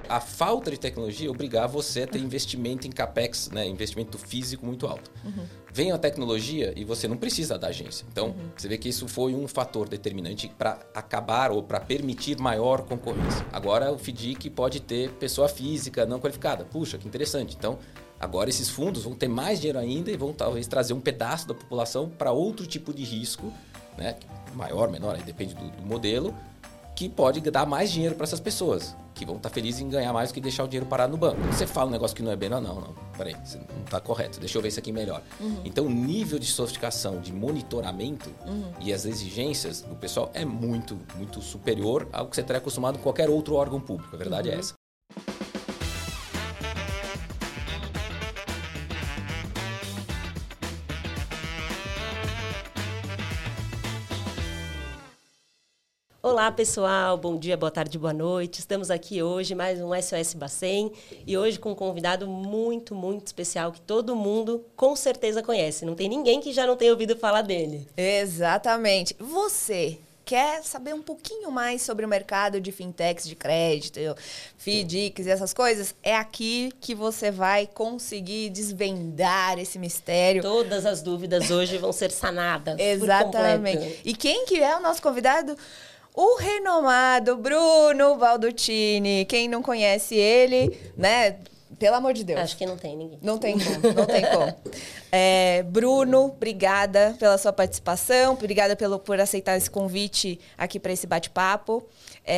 a falta de tecnologia obrigar você a ter investimento em CAPEX, né? Investimento físico muito alto. Vem a tecnologia e você não precisa da agência. Então, você vê que isso foi um fator determinante para acabar ou para permitir maior concorrência. Agora, o FDIC pode ter pessoa física não qualificada. Puxa, que interessante. Então, agora esses fundos vão ter mais dinheiro ainda e vão talvez trazer um pedaço da população para outro tipo de risco, né? Maior, menor, aí depende do modelo, que pode dar mais dinheiro para essas pessoas, que vão estar felizes em ganhar mais do que deixar o dinheiro parado no banco. Quando você fala um negócio que não é bem, não, peraí, você não está correto, deixa eu ver isso aqui melhor. Então, o nível de sofisticação, de monitoramento e as exigências do pessoal é muito, muito superior ao que você estaria acostumado com qualquer outro órgão público, a verdade é essa. Olá, pessoal. Bom dia, boa tarde, boa noite. Estamos aqui hoje, mais um SOS Bacen, e hoje com um convidado muito, muito especial que todo mundo com certeza conhece. Não tem ninguém que já não tenha ouvido falar dele. Exatamente. Você quer saber um pouquinho mais sobre o mercado de fintechs de crédito, FDICs e essas coisas? É aqui que você vai conseguir desvendar esse mistério. Todas as dúvidas hoje vão ser sanadas. Exatamente. Por completo. E quem que é o nosso convidado? O renomado Bruno Baldutini. Quem não conhece ele, né? Pelo amor de Deus. Acho que não tem ninguém. Não tem como, não tem como. Bruno, obrigada pela sua participação, obrigada por aceitar esse convite aqui para esse bate-papo.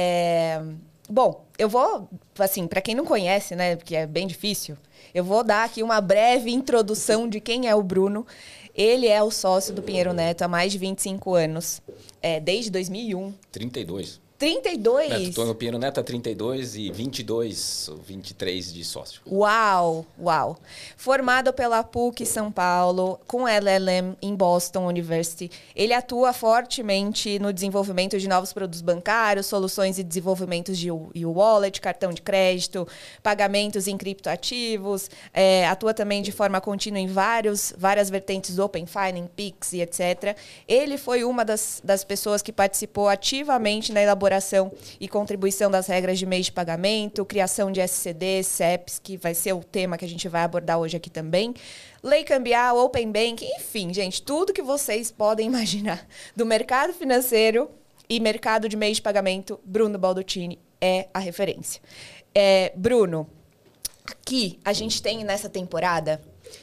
Bom, eu vou, assim, para quem não conhece, né, porque é bem difícil, eu vou dar aqui uma breve introdução de quem é o Bruno. Ele é o sócio do Pinheiro Neto há mais de 25 anos, desde 2001. 32. 32? Estou no Pinheiro Neto há 32 e 22 ou 23 de sócio. Uau, uau. Formado pela PUC São Paulo, com LLM em Boston University, ele atua fortemente no desenvolvimento de novos produtos bancários, soluções e desenvolvimentos de e-wallet, cartão de crédito, pagamentos em criptoativos, atua também de forma contínua em várias vertentes do Open Finance, Pix e etc. Ele foi uma das pessoas que participou ativamente na elaboração e contribuição das regras de meios de pagamento, criação de SCDs, CEPs, que vai ser o tema que a gente vai abordar hoje aqui também, lei cambial, Open Banking, enfim, gente, tudo que vocês podem imaginar do mercado financeiro e mercado de meios de pagamento, Bruno Baldutini é a referência. Bruno, aqui a gente tem nessa temporada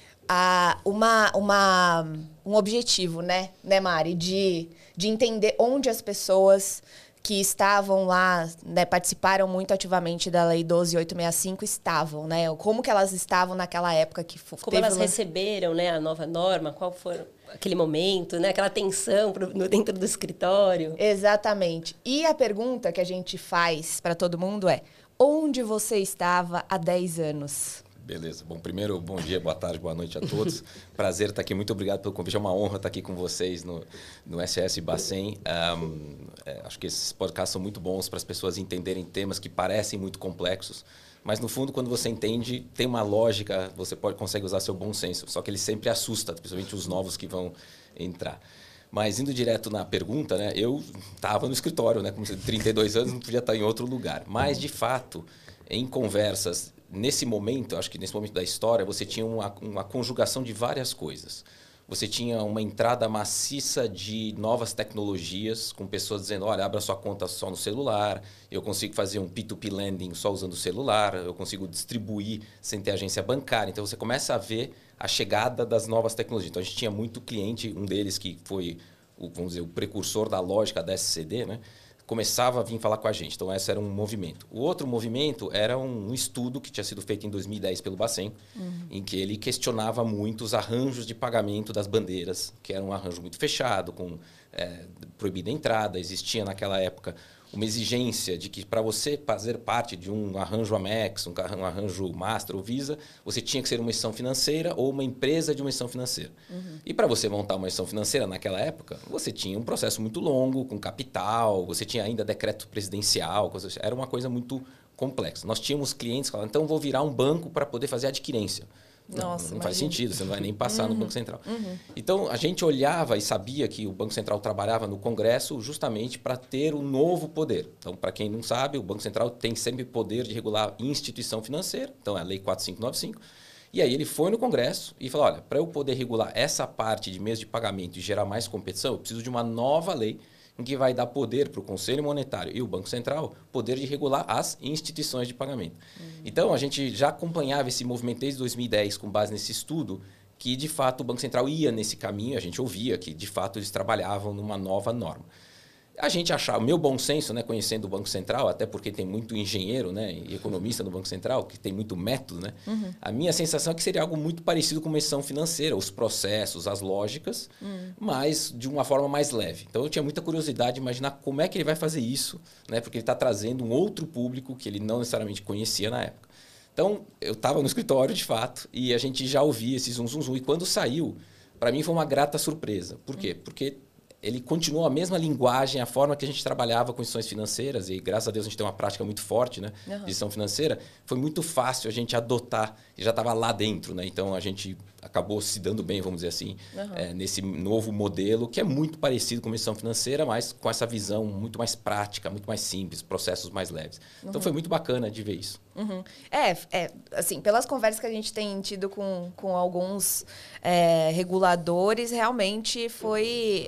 um objetivo, né, Mari, de entender onde as pessoas que estavam lá, né, participaram muito ativamente da Lei 12.865, estavam, né? Como que elas estavam naquela época que como elas receberam, né, a nova norma, qual foi aquele momento, né, aquela tensão dentro do escritório. Exatamente. E a pergunta que a gente faz para todo mundo é: onde você estava há 10 anos? Beleza. Bom, primeiro, bom dia, boa tarde, boa noite a todos. Prazer estar aqui. Muito obrigado pelo convite. É uma honra estar aqui com vocês no SOS Bacen. Acho que esses podcasts são muito bons para as pessoas entenderem temas que parecem muito complexos. Mas, no fundo, quando você entende, tem uma lógica, você consegue usar seu bom senso. Só que ele sempre assusta, principalmente os novos que vão entrar. Mas, indo direto na pergunta, né, eu estava no escritório, né, com 32 anos, não podia estar em outro lugar. Mas, de fato, em conversas, nesse momento, acho que nesse momento da história, você tinha uma conjugação de várias coisas. Você tinha uma entrada maciça de novas tecnologias, com pessoas dizendo, olha, abra sua conta só no celular, eu consigo fazer um P2P lending só usando o celular, eu consigo distribuir sem ter agência bancária. Então, você começa a ver a chegada das novas tecnologias. Então, a gente tinha muito cliente, um deles que foi, vamos dizer, o precursor da lógica da SCD, né? Começava a vir falar com a gente. Então, esse era um movimento. O outro movimento era um estudo que tinha sido feito em 2010 pelo Bacen, em que ele questionava muito os arranjos de pagamento das bandeiras, que era um arranjo muito fechado, com proibida a entrada. Existia, naquela época, uma exigência de que, para você fazer parte de um arranjo Amex, um arranjo Master ou Visa, você tinha que ser uma instituição financeira ou uma empresa de uma instituição financeira. E para você montar uma instituição financeira naquela época, você tinha um processo muito longo, com capital, você tinha ainda decreto presidencial, era uma coisa muito complexa. Nós tínhamos clientes que falavam, então vou virar um banco para poder fazer adquirência. Nossa, não faz sentido, você não vai nem passar no Banco Central. Então, a gente olhava e sabia que o Banco Central trabalhava no Congresso justamente para ter um novo poder. Então, para quem não sabe, o Banco Central tem sempre poder de regular instituição financeira, então é a Lei 4595. E aí ele foi no Congresso e falou, olha, para eu poder regular essa parte de meios de pagamento e gerar mais competição, eu preciso de uma nova lei em que vai dar poder para o Conselho Monetário e o Banco Central, poder de regular as instituições de pagamento. Então, a gente já acompanhava esse movimento desde 2010, com base nesse estudo, que, de fato, o Banco Central ia nesse caminho, a gente ouvia que, de fato, eles trabalhavam numa nova norma. A gente achava, o meu bom senso, né, conhecendo o Banco Central, até porque tem muito engenheiro, né, e economista no Banco Central, que tem muito método, né, a minha sensação é que seria algo muito parecido com uma instituição financeira, os processos, as lógicas, mas de uma forma mais leve. Então, eu tinha muita curiosidade de imaginar como é que ele vai fazer isso, né, porque ele está trazendo um outro público que ele não necessariamente conhecia na época. Então, eu estava no escritório, de fato, e a gente já ouvia esse zum, zum, zum, e quando saiu, para mim foi uma grata surpresa. Por quê? Porque ele continuou a mesma linguagem, a forma que a gente trabalhava com instituições financeiras, e graças a Deus a gente tem uma prática muito forte, né, de gestão financeira, foi muito fácil a gente adotar, e já estava lá dentro, né, então a gente acabou se dando bem, vamos dizer assim, nesse novo modelo, que é muito parecido com a gestão financeira, mas com essa visão muito mais prática, muito mais simples, processos mais leves. Então foi muito bacana de ver isso. Assim, pelas conversas que a gente tem tido com alguns reguladores, realmente foi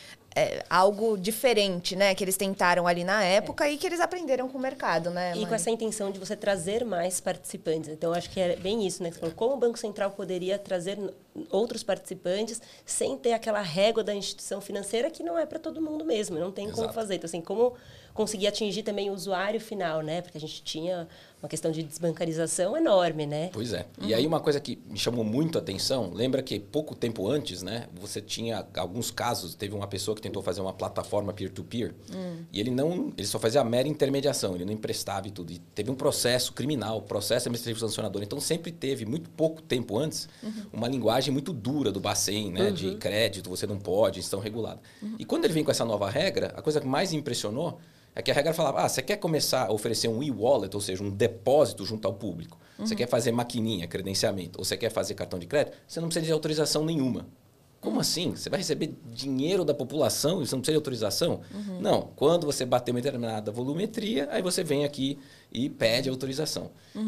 algo diferente, né? Que eles tentaram ali na época e que eles aprenderam com o mercado, né? E com essa intenção de você trazer mais participantes. Então, acho que é bem isso, né? Você falou, como o Banco Central poderia trazer outros participantes sem ter aquela régua da instituição financeira que não é para todo mundo mesmo, não tem como fazer. Então, assim, como conseguir atingir também o usuário final, né? Porque a gente tinha uma questão de desbancarização enorme, né? Pois é. E aí uma coisa que me chamou muito a atenção, lembra que pouco tempo antes, né, você tinha alguns casos, teve uma pessoa que tentou fazer uma plataforma peer-to-peer, e ele só fazia a mera intermediação, ele não emprestava e tudo. E teve um processo criminal, processo administrativo sancionador. Então sempre teve, muito pouco tempo antes, uma linguagem muito dura do Bacen, né, de crédito, você não pode, gestão regulada. E quando ele vem com essa nova regra, a coisa que mais me impressionou é que a regra falava, você quer começar a oferecer um e-wallet, ou seja, um depósito junto ao público, você quer fazer maquininha, credenciamento, ou você quer fazer cartão de crédito, você não precisa de autorização nenhuma. Como assim? Você vai receber dinheiro da população e você não precisa de autorização? Não. Quando você bater uma determinada volumetria, aí você vem aqui e pede autorização.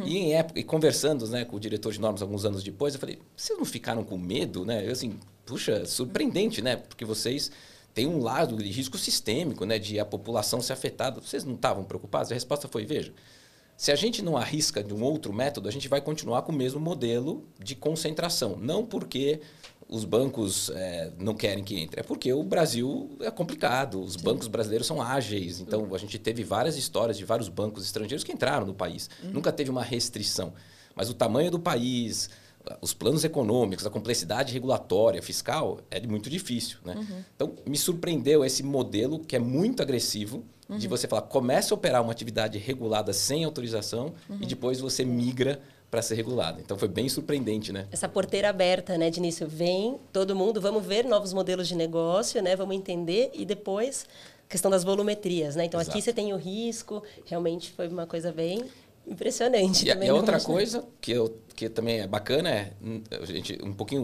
E conversando, né, com o diretor de normas alguns anos depois, eu falei, vocês não ficaram com medo? Né? Eu assim, puxa, surpreendente, né? Porque vocês tem um lado de risco sistêmico, né, de a população ser afetada. Vocês não estavam preocupados? A resposta foi, veja, se a gente não arrisca de um outro método, a gente vai continuar com o mesmo modelo de concentração. Não porque os bancos não querem que entre, é porque o Brasil é complicado, os bancos brasileiros são ágeis. Então, a gente teve várias histórias de vários bancos estrangeiros que entraram no país. Nunca teve uma restrição. Mas o tamanho do país, os planos econômicos, a complexidade regulatória, fiscal, é muito difícil, né? Então, me surpreendeu esse modelo que é muito agressivo, de você falar, começa a operar uma atividade regulada sem autorização e depois você migra para ser regulado. Então, foi bem surpreendente, né? Essa porteira aberta, né, de início, vem todo mundo, vamos ver novos modelos de negócio, né, vamos entender e depois a questão das volumetrias, né? Então, aqui você tem o risco, realmente foi uma coisa bem impressionante. E a outra coisa que também é bacana é, a gente,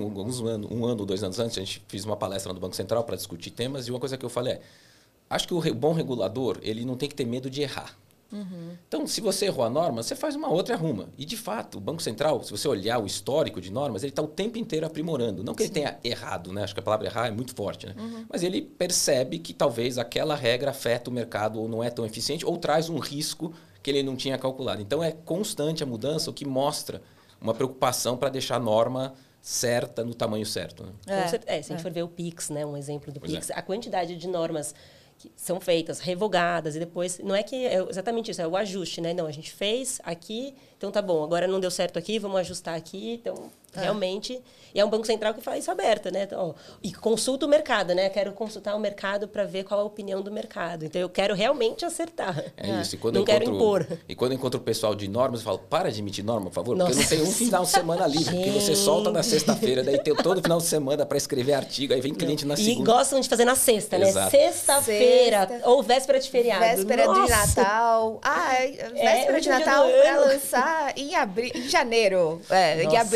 um ano ou 2 anos antes, a gente fez uma palestra no Banco Central para discutir temas e uma coisa que eu falei acho que o bom regulador, ele não tem que ter medo de errar. Então, se você errou a norma, você faz uma outra e arruma. E, de fato, o Banco Central, se você olhar o histórico de normas, ele está o tempo inteiro aprimorando. Não que ele tenha errado, né? Acho que a palavra errar é muito forte, né? Mas ele percebe que talvez aquela regra afeta o mercado ou não é tão eficiente ou traz um risco que ele não tinha calculado. Então, é constante a mudança, o que mostra uma preocupação para deixar a norma certa no tamanho certo. Né? Se a gente for ver o PIX, né? Um exemplo do PIX, a quantidade de normas que são feitas, revogadas, e depois... Não é que é exatamente isso, é o ajuste, né? Não, a gente fez aqui, então tá bom, agora não deu certo aqui, vamos ajustar aqui. Então, realmente... E é um Banco Central que faz isso aberto, né? Então, e consulta o mercado, né? Quero consultar o mercado para ver qual é a opinião do mercado. Então, eu quero realmente acertar. É isso. E quando não quero impor. E quando eu encontro o pessoal de normas, eu falo, para de emitir norma, por favor, porque eu não tenho um final de semana livre. Porque você solta na sexta-feira, daí tem todo final de semana para escrever artigo, aí vem cliente na segunda. E gostam de fazer na sexta, né? Exato. Sexta-feira, ou véspera de feriado. Véspera de Natal. Véspera de Natal para lançar em janeiro. Em abril.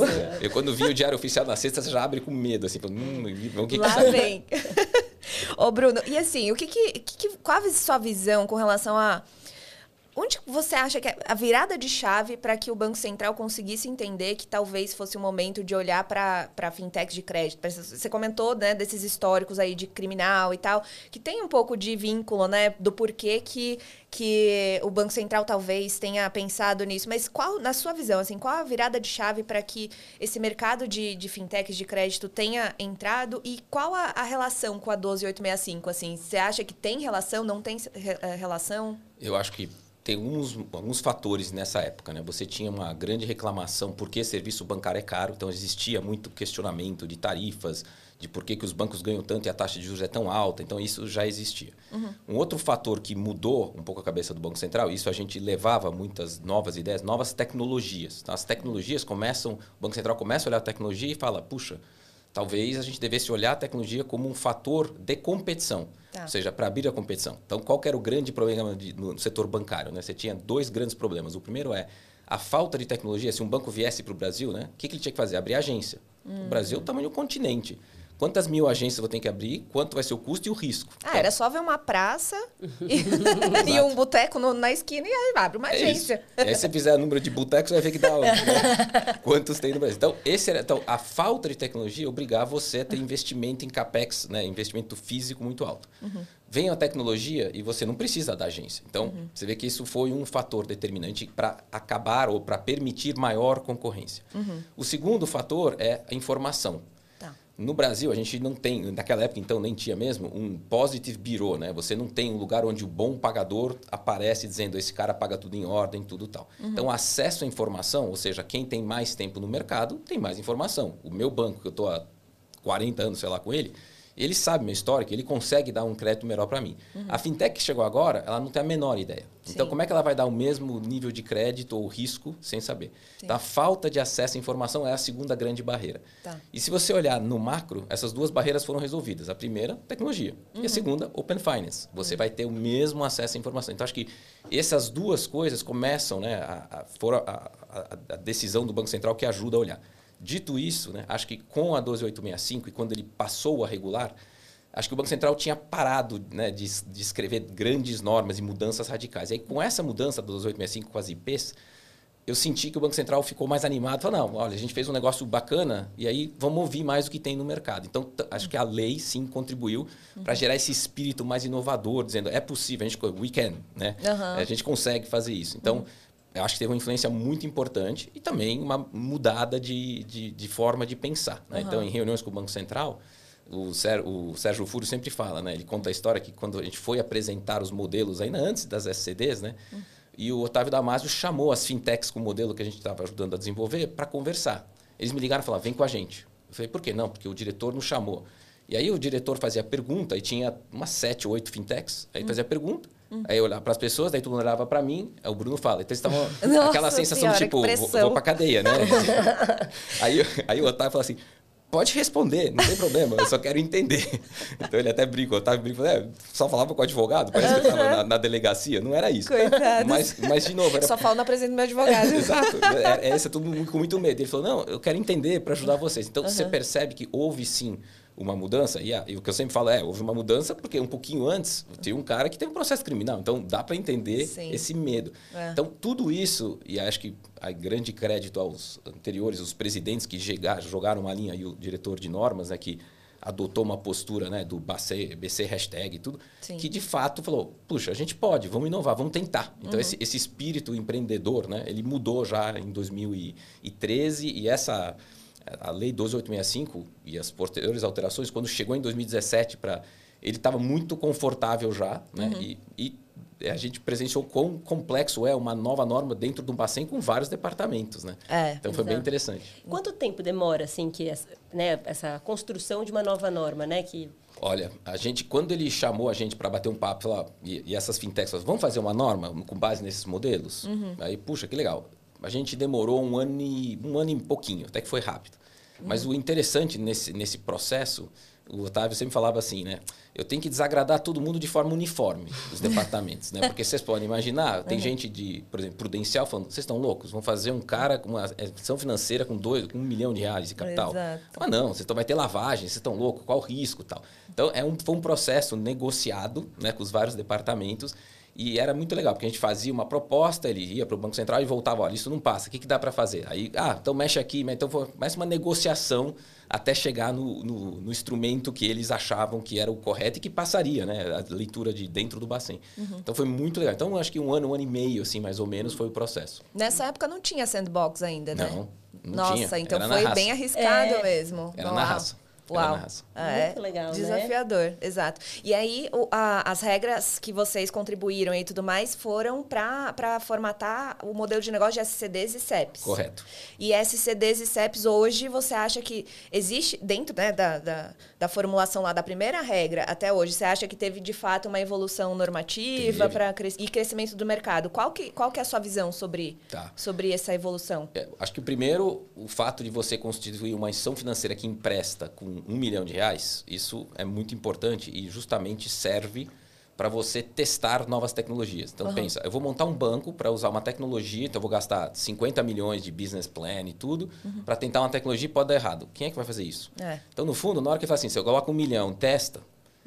Eu quando vi o Diário Oficial na sexta, você já abre com medo, assim, o que Lá sai? vem. Ô, Bruno, e assim, qual a sua visão com relação a... Onde você acha que é a virada de chave para que o Banco Central conseguisse entender que talvez fosse o momento de olhar para fintechs de crédito? Você comentou, né, desses históricos aí de criminal e tal, que tem um pouco de vínculo, né, do porquê que o Banco Central talvez tenha pensado nisso. Mas qual, na sua visão, assim, qual a virada de chave para que esse mercado de fintechs de crédito tenha entrado e qual a relação com a 12865? Assim, você acha que tem relação, não tem relação? Eu acho que tem alguns fatores nessa época, né? Você tinha uma grande reclamação porque serviço bancário é caro, então existia muito questionamento de tarifas, de por que os bancos ganham tanto e a taxa de juros é tão alta, então isso já existia. Um outro fator que mudou um pouco a cabeça do Banco Central, isso a gente levava muitas novas ideias, novas tecnologias. Então, as tecnologias o Banco Central começa a olhar a tecnologia e fala, puxa, talvez a gente devesse olhar a tecnologia como um fator de competição, ou seja, para abrir a competição. Então, qual que era o grande problema no setor bancário? Né? Você tinha dois grandes problemas. O primeiro é a falta de tecnologia. Se um banco viesse para o Brasil, né, o que ele tinha que fazer? Abrir agência. O Brasil é o tamanho do continente. Quantas mil agências eu tenho que abrir? Quanto vai ser o custo e o risco? Então, era só ver uma praça e um boteco na esquina e aí abre uma agência. Aí, se você fizer o número de botecos, você vai ver que dá, né? Quantos tem no Brasil. Então, a falta de tecnologia obrigava você a ter investimento em CAPEX, né? Investimento físico muito alto. Vem a tecnologia e você não precisa da agência. Então, você vê que isso foi um fator determinante para acabar ou para permitir maior concorrência. O segundo fator é a informação. No Brasil, a gente não tem, naquela época então nem tinha mesmo, um positive bureau, né? Você não tem um lugar onde o bom pagador aparece dizendo esse cara paga tudo em ordem, tudo tal. Então, acesso à informação, ou seja, quem tem mais tempo no mercado tem mais informação. O meu banco, que eu estou há 40 anos, sei lá, com ele sabe meu histórico, ele consegue dar um crédito melhor para mim. A fintech que chegou agora, ela não tem a menor ideia. Sim. Então, como é que ela vai dar o mesmo nível de crédito ou risco sem saber? Sim. Então, a falta de acesso à informação é a segunda grande barreira. E se você olhar no macro, essas duas barreiras foram resolvidas. A primeira, tecnologia. E a segunda, Open Finance. Você vai ter o mesmo acesso à informação. Então, acho que essas duas coisas começam, né, a decisão do Banco Central que ajuda a olhar. Dito isso, né, acho que com a 12865 e quando ele passou a regular, acho que o Banco Central tinha parado, né, de escrever grandes normas e mudanças radicais. E aí, com essa mudança da 12865 com as IPs, eu senti que o Banco Central ficou mais animado. Falou, não, olha, a gente fez um negócio bacana e aí vamos ouvir mais o que tem no mercado. Então, acho que a lei, sim, contribuiu para gerar esse espírito mais inovador, dizendo, é possível, we can, né? A gente consegue fazer isso. Então, eu acho que teve uma influência muito importante e também uma mudada de forma de pensar. Né? Então, em reuniões com o Banco Central, o Sérgio Furo sempre fala, né? Ele conta a história que quando a gente foi apresentar os modelos, ainda antes das SCDs, né? E o Otávio Damasio chamou as fintechs com o modelo que a gente estava ajudando a desenvolver para conversar. Eles me ligaram e falaram, vem com a gente. Eu falei, por quê? Não, porque o diretor nos chamou. E aí o diretor fazia a pergunta, e tinha umas 7 ou 8 fintechs. Aí fazia a pergunta, aí eu olhava para as pessoas, daí todo mundo olhava para mim, aí o Bruno fala. Então eles estavam aquela sensação de tipo, vou para cadeia, né? aí o Otávio fala assim, pode responder, não tem problema, eu só quero entender. Então ele até brinca, o Otávio brinca, só falava com o advogado, parece que eu estava na delegacia, não era isso. Coitado. Mas de novo... Era... Só falo na presença do meu advogado. Exato, esse é todo mundo com muito medo. Ele falou, não, eu quero entender para ajudar vocês. Então você percebe que houve sim uma mudança, e o que eu sempre falo houve uma mudança porque um pouquinho antes tinha um cara que teve um processo criminal, então dá para entender esse medo. Então tudo isso, e acho que a grande crédito aos anteriores, os presidentes que jogaram uma linha, e o diretor de normas, né, que adotou uma postura, né, do BC hashtag e tudo, que de fato falou, puxa, a gente pode, vamos inovar, vamos tentar. Então esse espírito empreendedor, né, ele mudou já em 2013 e a Lei 12865 e as posteriores alterações, quando chegou em 2017, ele estava muito confortável já, né? E a gente presenciou quão complexo é uma nova norma dentro de um Bacen com vários departamentos, né? Então foi bem interessante. Quanto tempo demora assim que essa construção de uma nova norma, né? Olha, quando ele chamou a gente para bater um papo, falou, e essas fintechs falaram, vamos fazer uma norma com base nesses modelos? Aí, puxa, que legal. A gente demorou um ano e pouquinho, até que foi rápido. Mas o interessante nesse processo O Otávio sempre falava assim, né? Eu tenho que desagradar todo mundo de forma uniforme, os departamentos, né? Porque vocês podem imaginar, tem gente de, por exemplo, Prudencial falando, vocês estão loucos? Vão fazer um cara com uma instituição financeira com R$1 milhão de capital. Exato. Ah, não, vocês vai ter lavagem, vocês estão loucos, qual o risco e tal. Então, foi um processo negociado, né, com os vários departamentos. E era muito legal, porque a gente fazia uma proposta, ele ia para o Banco Central e voltava, olha, isso não passa, o que dá para fazer? Aí, então mexe aqui, então começa uma negociação até chegar no instrumento que eles achavam que era o correto e que passaria, né? A leitura de dentro do Bacen. Então foi muito legal. Então acho que um ano e meio, assim, mais ou menos, foi o processo. Nessa época não tinha sandbox ainda, né? Não tinha. Nossa, então foi bem arriscado mesmo. Era na raça. Uau. Muito legal, desafiador, né? Exato. E aí, as regras que vocês contribuíram e tudo mais foram para formatar o modelo de negócio de SCDs e CEPs. Correto. E SCDs e CEPs hoje, você acha que existe, dentro, né, da formulação lá da primeira regra até hoje, você acha que teve, de fato, uma evolução normativa e crescimento do mercado? Qual que é a sua visão sobre essa evolução? Acho que, primeiro, o fato de você constituir uma instituição financeira que empresta com R$1 milhão, isso é muito importante e justamente serve para você testar novas tecnologias. Então, pensa, eu vou montar um banco para usar uma tecnologia, então eu vou gastar 50 milhões de business plan e tudo, para tentar uma tecnologia e pode dar errado. Quem é que vai fazer isso? Então, no fundo, na hora que fala assim, se eu coloco 1 milhão, testa,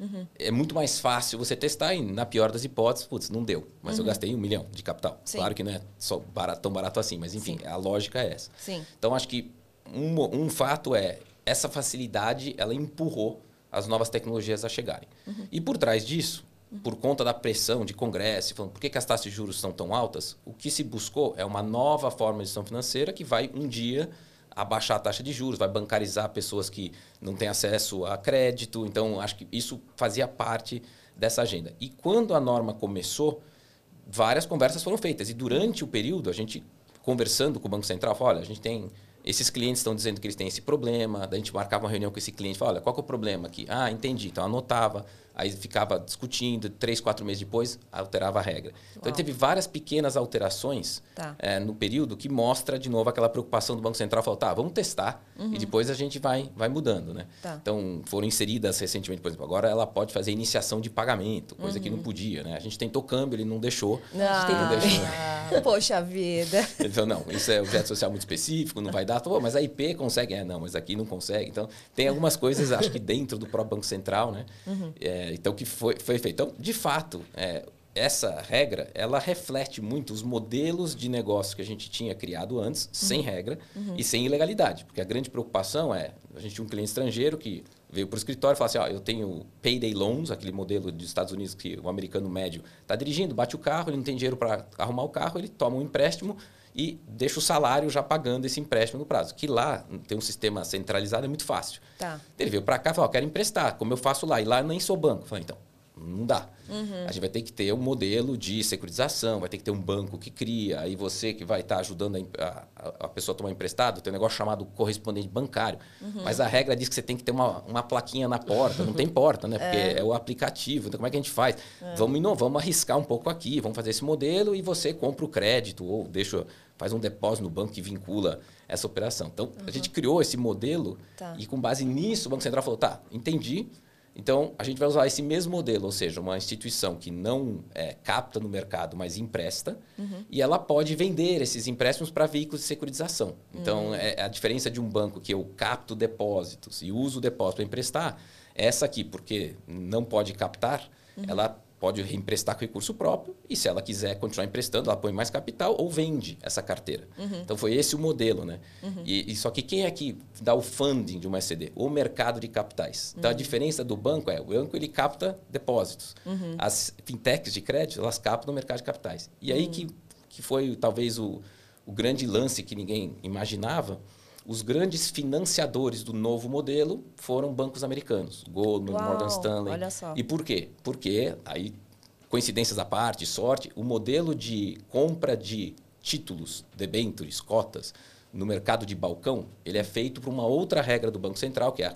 é muito mais fácil você testar e, na pior das hipóteses, putz, não deu, mas eu gastei 1 milhão de capital. Sim. Claro que não é só tão barato assim, mas enfim, a lógica é essa. Sim. Então, acho que um fato é, essa facilidade, ela empurrou as novas tecnologias a chegarem. E por trás disso, por conta da pressão de congresso, falando por que as taxas de juros são tão altas, o que se buscou é uma nova forma de gestão financeira que vai um dia abaixar a taxa de juros, vai bancarizar pessoas que não têm acesso a crédito. Então, acho que isso fazia parte dessa agenda. E quando a norma começou, várias conversas foram feitas. E durante o período, a gente conversando com o Banco Central, falou, olha, a gente tem... Esses clientes estão dizendo que eles têm esse problema, daí a gente marcava uma reunião com esse cliente, falava, olha, qual que é o problema aqui? Ah, entendi. Então, anotava, aí ficava discutindo, 3, 4 meses depois, alterava a regra. Então, teve várias pequenas alterações no período que mostra, de novo, aquela preocupação do Banco Central, falou, vamos testar e depois a gente vai mudando, né? Então, foram inseridas recentemente, por exemplo, agora ela pode fazer iniciação de pagamento, coisa que não podia, né? A gente tentou câmbio, ele não deixou. Não deixou. Poxa vida. Ele falou, não, isso é objeto social muito específico, não vai dar. Pô, mas a IP consegue. Não, mas aqui não consegue. Então, tem algumas coisas, acho que dentro do próprio Banco Central, né? Então, que foi feito. Então, de fato, essa regra, ela reflete muito os modelos de negócio que a gente tinha criado antes, sem regra e sem ilegalidade. Porque a grande preocupação é, a gente tinha um cliente estrangeiro que veio para o escritório e falou assim, eu tenho payday loans, aquele modelo dos Estados Unidos que o americano médio está dirigindo, bate o carro, ele não tem dinheiro para arrumar o carro, ele toma um empréstimo e deixa o salário já pagando esse empréstimo no prazo. Que lá tem um sistema centralizado, é muito fácil. Ele veio para cá e falou, quero emprestar, como eu faço lá? E lá eu nem sou banco. Eu falei, então, não dá. A gente vai ter que ter um modelo de securitização, vai ter que ter um banco que cria, aí você que vai estar ajudando a pessoa a tomar emprestado, tem um negócio chamado correspondente bancário. Mas a regra diz que você tem que ter uma plaquinha na porta, não tem porta, né? Porque é o aplicativo. Então, como é que a gente faz? Vamos inovar, vamos arriscar um pouco aqui, vamos fazer esse modelo e você compra o crédito ou faz um depósito no banco que vincula essa operação. Então, a gente criou esse modelo e com base nisso o Banco Central falou, entendi. Então, a gente vai usar esse mesmo modelo, ou seja, uma instituição que não capta no mercado, mas empresta, e ela pode vender esses empréstimos para veículos de securitização. Então, a diferença de um banco que eu capto depósitos e uso o depósito para emprestar, é essa aqui, porque não pode captar, ela pode reemprestar com recurso próprio e, se ela quiser continuar emprestando, ela põe mais capital ou vende essa carteira. Então, foi esse o modelo, né? E só que quem é que dá o funding de uma SCD? O mercado de capitais. Então, a diferença do banco o banco ele capta depósitos. As fintechs de crédito, elas captam no mercado de capitais. E aí que foi, talvez, o grande lance que ninguém imaginava. Os grandes financiadores do novo modelo foram bancos americanos, Goldman, Morgan Stanley. Olha só. E por quê? Porque, aí, coincidências à parte, sorte, o modelo de compra de títulos, debêntures, cotas, no mercado de balcão, ele é feito por uma outra regra do Banco Central, que é a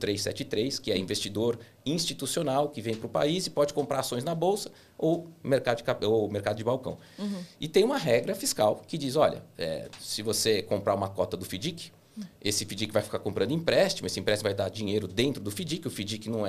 4373, que é investidor institucional que vem para o país e pode comprar ações na Bolsa ou mercado de balcão. E tem uma regra fiscal que diz, olha, se você comprar uma cota do FDIC, Esse FDIC vai ficar comprando empréstimo, esse empréstimo vai dar dinheiro dentro do FDIC. O FDIC não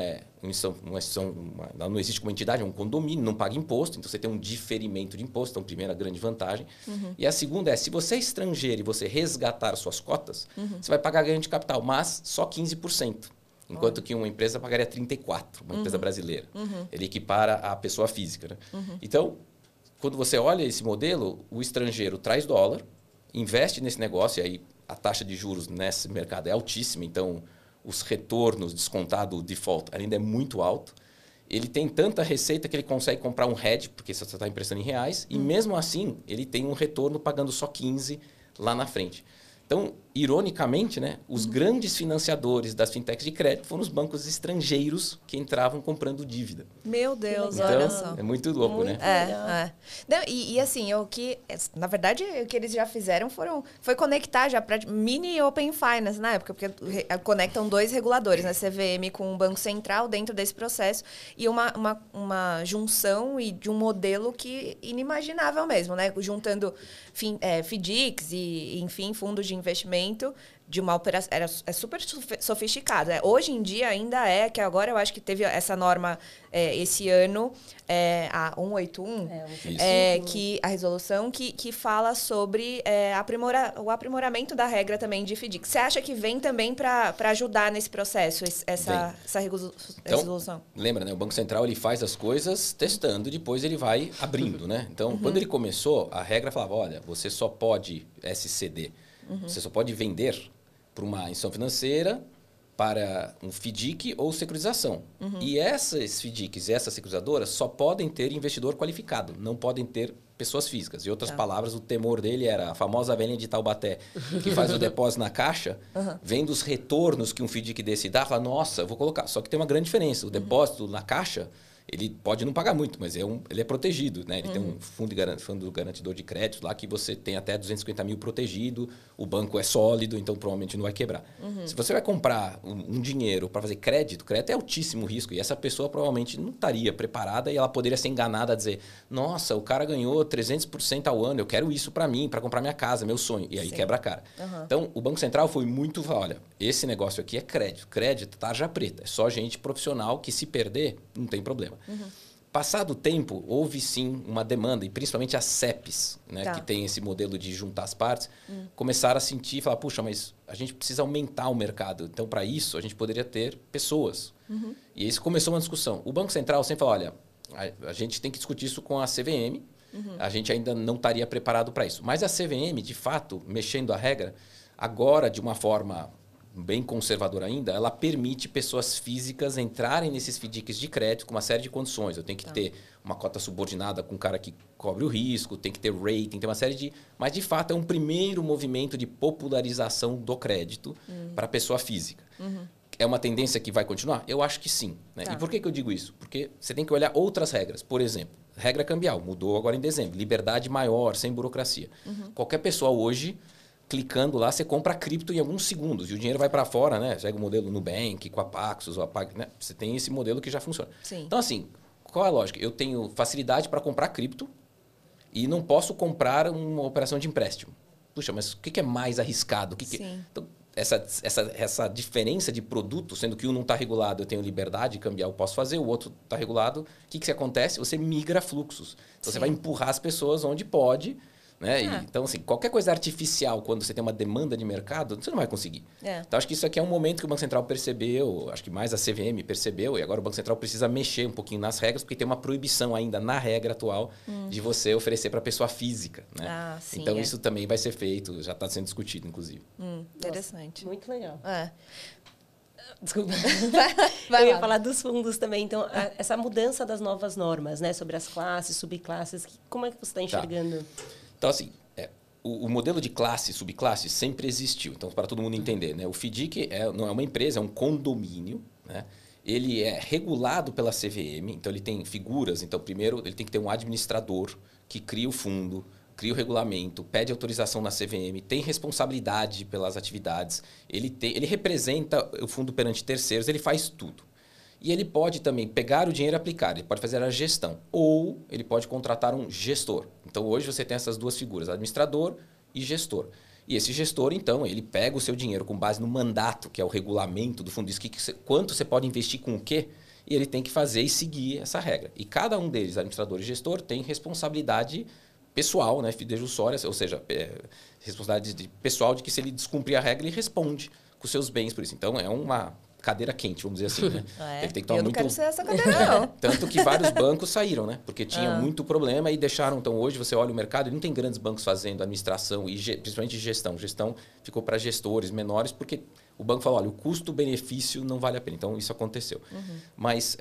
existe como entidade, é um condomínio, não paga imposto, então você tem um diferimento de imposto, então primeira grande vantagem. E a segunda é, se você é estrangeiro e você resgatar suas cotas, você vai pagar ganho de capital, mas só 15%. Enquanto que uma empresa pagaria 34%, uma empresa brasileira. Ele equipara a pessoa física. Né? Então, quando você olha esse modelo, o estrangeiro traz dólar, investe nesse negócio, e aí a taxa de juros nesse mercado é altíssima, então os retornos descontado o default ainda é muito alto. Ele tem tanta receita que ele consegue comprar um hedge, porque você está emprestando em reais, e mesmo assim ele tem um retorno pagando só 15% lá na frente. Então, ironicamente, né, os grandes financiadores das fintechs de crédito foram os bancos estrangeiros que entravam comprando dívida. Meu Deus, Então, olha só. é muito louco, Muito né? Não, e assim, na verdade, o que eles já fizeram foi conectar já para mini Open Finance na época, porque conectam 2 reguladores, né? CVM com o Banco Central dentro desse processo e uma junção e de um modelo que inimaginável mesmo, né? Juntando FDICs e, enfim, fundos de investimento de uma operação. É super sofisticado. Né? Hoje em dia ainda que agora eu acho que teve essa norma esse ano, a 181, que a resolução que fala sobre o aprimoramento da regra também de FDIC. Você acha que vem também para ajudar nesse processo, essa resolução? Lembra, né? O Banco Central ele faz as coisas testando, depois ele vai abrindo. Né? Então, quando ele começou, a regra falava, olha, você só pode SCD, você só pode vender para uma instituição financeira, para um FDIC ou securitização. E essas FDICs e essas securitizadoras só podem ter investidor qualificado, não podem ter pessoas físicas. Em outras palavras, o temor dele era a famosa velhinha de Taubaté, que faz o depósito na caixa, vendo os retornos que um FDIC desse dá, fala, nossa, eu vou colocar. Só que tem uma grande diferença. O depósito na caixa, ele pode não pagar muito, mas ele é protegido. Né? Ele tem um fundo garantidor de crédito lá que você tem até 250 mil protegido, o banco é sólido, então provavelmente não vai quebrar. Se você vai comprar um dinheiro para fazer crédito é altíssimo risco e essa pessoa provavelmente não estaria preparada e ela poderia ser enganada a dizer, nossa, o cara ganhou 300% ao ano, eu quero isso para mim, para comprar minha casa, meu sonho. E aí quebra a cara. Então, o Banco Central foi muito, olha, esse negócio aqui é crédito, tarja preta, é só gente profissional que se perder, não tem problema. Passado o tempo, houve sim uma demanda, e principalmente as CEPs, né, que tem esse modelo de juntar as partes, começaram a sentir e falar, puxa, mas a gente precisa aumentar o mercado. Então, para isso, a gente poderia ter pessoas. E isso começou uma discussão. O Banco Central sempre falou, olha, a gente tem que discutir isso com a CVM, a gente ainda não estaria preparado para isso. Mas a CVM, de fato, mexendo a regra, agora, de uma forma bem conservadora ainda, ela permite pessoas físicas entrarem nesses FDICs de crédito com uma série de condições. Eu tenho que ter uma cota subordinada com um cara que cobre o risco, tem que ter rating, tem uma série de... Mas, de fato, é um primeiro movimento de popularização do crédito para a pessoa física. É uma tendência que vai continuar? Eu acho que sim. Né? E por que eu digo isso? Porque você tem que olhar outras regras. Por exemplo, regra cambial, mudou agora em dezembro. Liberdade maior, sem burocracia. Qualquer pessoa hoje, clicando lá, você compra cripto em alguns segundos. E o dinheiro vai para fora, né? Segue o modelo Nubank, com a Paxos, né? Você tem esse modelo que já funciona. Então, assim, qual é a lógica? Eu tenho facilidade para comprar cripto e não posso comprar uma operação de empréstimo. Puxa, mas o que é mais arriscado? Então, essa diferença de produto, sendo que um não está regulado, eu tenho liberdade cambial, eu posso fazer, o outro está regulado, o que acontece? Você migra fluxos. Então, você vai empurrar as pessoas onde pode. Né? Então, assim, qualquer coisa artificial, quando você tem uma demanda de mercado, você não vai conseguir. Então, acho que isso aqui é um momento que o Banco Central percebeu, acho que mais a CVM percebeu, e agora o Banco Central precisa mexer um pouquinho nas regras, porque tem uma proibição ainda na regra atual de você oferecer para a pessoa física. Né? Então, isso também vai ser feito, já está sendo discutido, inclusive. Interessante. Nossa, muito legal. Desculpa. Eu ia falar dos fundos também. Então, essa mudança das novas normas, né, sobre as classes, subclasses, como é que você está enxergando? Então, assim, o modelo de classe e subclasse sempre existiu. Então, para todo mundo entender, né? O FDIC não é uma empresa, é um condomínio. Né? Ele é regulado pela CVM, então ele tem figuras. Então, primeiro, ele tem que ter um administrador que cria o fundo, cria o regulamento, pede autorização na CVM, tem responsabilidade pelas atividades, ele representa o fundo perante terceiros, ele faz tudo. E ele pode também pegar o dinheiro e aplicar, ele pode fazer a gestão, ou ele pode contratar um gestor. Então, hoje você tem essas duas figuras, administrador e gestor. E esse gestor, então, ele pega o seu dinheiro com base no mandato, que é o regulamento do fundo, diz quanto você pode investir com o quê, e ele tem que fazer e seguir essa regra. E cada um deles, administrador e gestor, tem responsabilidade pessoal, né, fidejussória, ou seja, responsabilidade pessoal de que se ele descumprir a regra, ele responde com os seus bens por isso. Então, é uma cadeira quente, vamos dizer assim, né? Ele tem que tomar quero ser essa cadeira, não. Tanto que vários bancos saíram, né? Porque tinha muito problema e deixaram. Então, hoje você olha o mercado e não tem grandes bancos fazendo administração e principalmente gestão. Gestão ficou para gestores menores porque o banco falou, olha, o custo-benefício não vale a pena. Então, isso aconteceu. Mas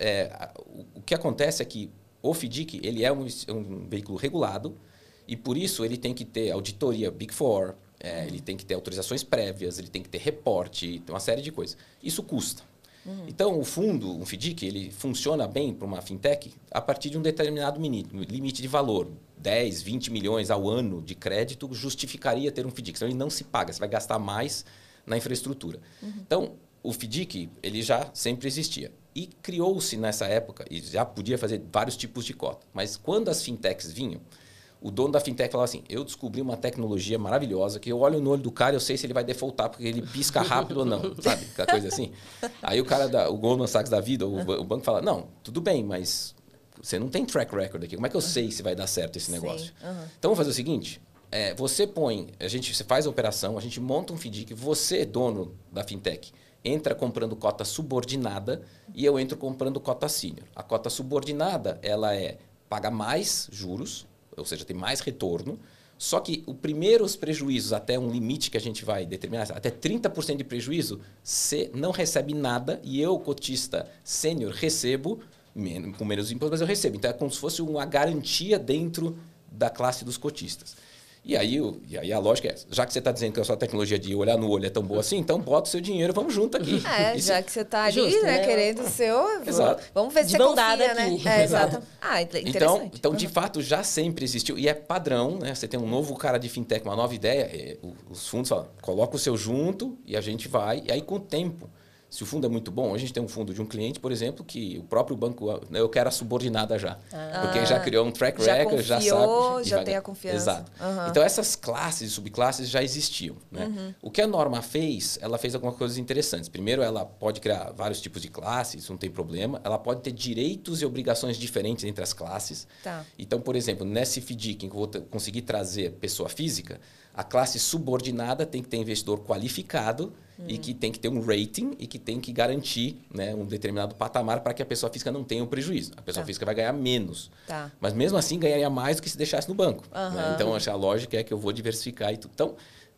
o que acontece é que o FDIC, ele é um veículo regulado e, por isso, ele tem que ter auditoria Big Four, ele tem que ter autorizações prévias, ele tem que ter reporte, uma série de coisas. Isso custa. Então, o fundo, um FDIC, ele funciona bem para uma fintech a partir de um determinado limite de valor. 10, 20 milhões ao ano de crédito justificaria ter um FDIC. Senão ele não se paga, você vai gastar mais na infraestrutura. Então, o FDIC, ele já sempre existia. E criou-se nessa época, e já podia fazer vários tipos de cota. Mas quando as fintechs vinham, o dono da fintech falava assim, eu descobri uma tecnologia maravilhosa que eu olho no olho do cara e eu sei se ele vai defaultar porque ele pisca rápido ou não, sabe? Aquela coisa assim. Aí o cara, o Goldman Sachs da vida, o banco fala, não, tudo bem, mas você não tem track record aqui. Como é que eu sei se vai dar certo esse negócio? Então, vamos fazer o seguinte, você faz a operação, a gente monta um FDIC, você, dono da fintech, entra comprando cota subordinada e eu entro comprando cota sênior. A cota subordinada, ela paga mais juros, ou seja, tem mais retorno, só que os prejuízos, até um limite que a gente vai determinar, até 30% de prejuízo, você não recebe nada e eu, cotista sênior, recebo, com menos imposto, mas eu recebo. Então, é como se fosse uma garantia dentro da classe dos cotistas. E aí a lógica é, já que você está dizendo que a sua tecnologia de olhar no olho é tão boa assim, então bota o seu dinheiro, vamos junto aqui. Já que você está ali, justo, né, querendo o seu... Exato. Vamos ver se você confia, né? Exato. Interessante. Então, de fato, já sempre existiu. E é padrão, né? Você tem um novo cara de fintech, uma nova ideia, os fundos falam, coloca o seu junto e a gente vai. E aí, com o tempo, se o fundo é muito bom, a gente tem um fundo de um cliente, por exemplo, que o próprio banco, eu quero a subordinada já. Porque já criou um track record, já sabe. Já tem a confiança. Exato. Então, essas classes e subclasses já existiam. Né? O que a norma fez, ela fez algumas coisas interessantes. Primeiro, ela pode criar vários tipos de classes, isso não tem problema. Ela pode ter direitos e obrigações diferentes entre as classes. Tá. Então, por exemplo, nesse FDIC, em que eu vou conseguir trazer pessoa física, a classe subordinada tem que ter investidor qualificado e que tem que ter um rating e que tem que garantir, né, um determinado patamar para que a pessoa física não tenha um prejuízo. A pessoa física vai ganhar menos. Mas mesmo assim ganharia mais do que se deixasse no banco. Né? Então, a lógica é que eu vou diversificar e tudo. Então,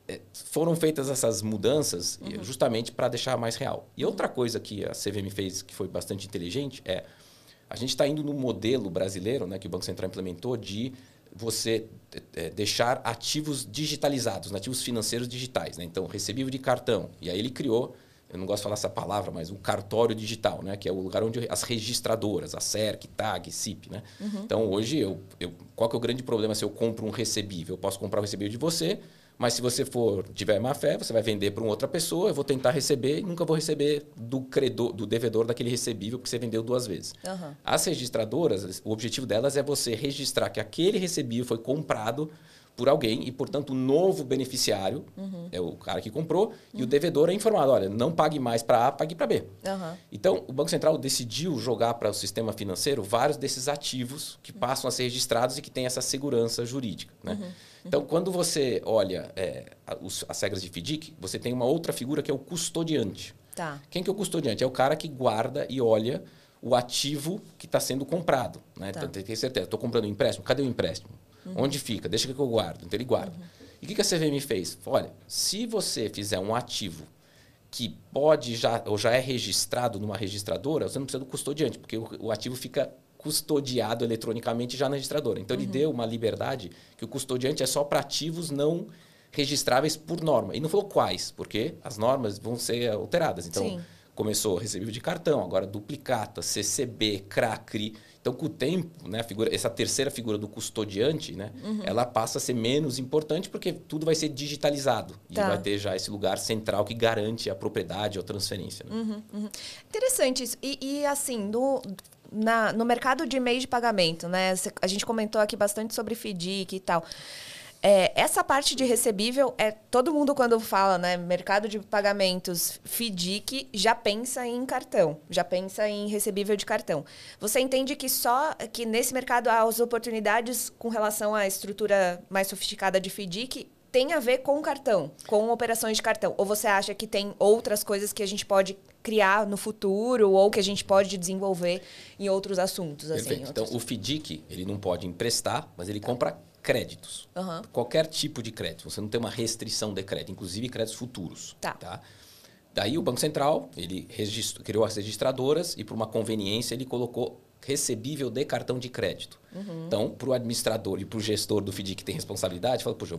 foram feitas essas mudanças justamente para deixar mais real. E outra coisa que a CVM fez que foi bastante inteligente a gente está indo no modelo brasileiro, né, que o Banco Central implementou, de você deixar ativos digitalizados, ativos financeiros digitais. Né? Então, recebível de cartão. E aí ele criou, eu não gosto de falar essa palavra, mas um cartório digital, né? Que é o lugar onde as registradoras, a CERC, TAG, CIP. Né? Então, hoje, qual que é o grande problema se eu compro um recebível? Eu posso comprar o recebível de você, mas se você tiver má fé, você vai vender para uma outra pessoa, eu vou tentar receber e nunca vou receber do devedor daquele recebível porque você vendeu 2 vezes. As registradoras, o objetivo delas é você registrar que aquele recebível foi comprado por alguém e, portanto, o novo beneficiário é o cara que comprou e o devedor é informado, olha, não pague mais para A, pague para B. Então, o Banco Central decidiu jogar para o sistema financeiro vários desses ativos que passam a ser registrados e que têm essa segurança jurídica. Né? Então, quando você olha as regras de FDIC, você tem uma outra figura que é o custodiante. Quem que é o custodiante? É o cara que guarda e olha o ativo que está sendo comprado. Né? Então, tem que ter certeza. Estou comprando um empréstimo? Cadê o empréstimo? Onde fica? Deixa que eu guardo. Então, ele guarda. E o que a CVM fez? Olha, se você fizer um ativo que já é registrado numa registradora, você não precisa do custodiante, porque o ativo fica custodiado eletronicamente já na registradora. Então, ele deu uma liberdade que o custodiante é só para ativos não registráveis por norma. E não falou quais, porque as normas vão ser alteradas. Então, começou recebível de cartão, agora duplicata, CCB, CRACRI. Então, com o tempo, né, essa terceira figura do custodiante, né, ela passa a ser menos importante porque tudo vai ser digitalizado. E vai ter já esse lugar central que garante a propriedade ou a transferência. Né? Interessante isso. E assim, no mercado de meio de pagamento, né, a gente comentou aqui bastante sobre FDIC e tal. Essa parte de recebível, todo mundo quando fala, né, mercado de pagamentos, FDIC, já pensa em cartão, já pensa em recebível de cartão. Você entende que nesse mercado as oportunidades com relação à estrutura mais sofisticada de FDIC tem a ver com cartão, com operações de cartão? Ou você acha que tem outras coisas que a gente pode criar no futuro ou que a gente pode desenvolver em outros assuntos? Perfeito. Assim, então, o FDIC, ele não pode emprestar, mas ele compra créditos. Qualquer tipo de crédito. Você não tem uma restrição de crédito, inclusive créditos futuros. Tá? Daí o Banco Central, ele criou as registradoras e, por uma conveniência, ele colocou recebível de cartão de crédito. Então, para o administrador e para o gestor do FDIC que tem responsabilidade, fala, poxa,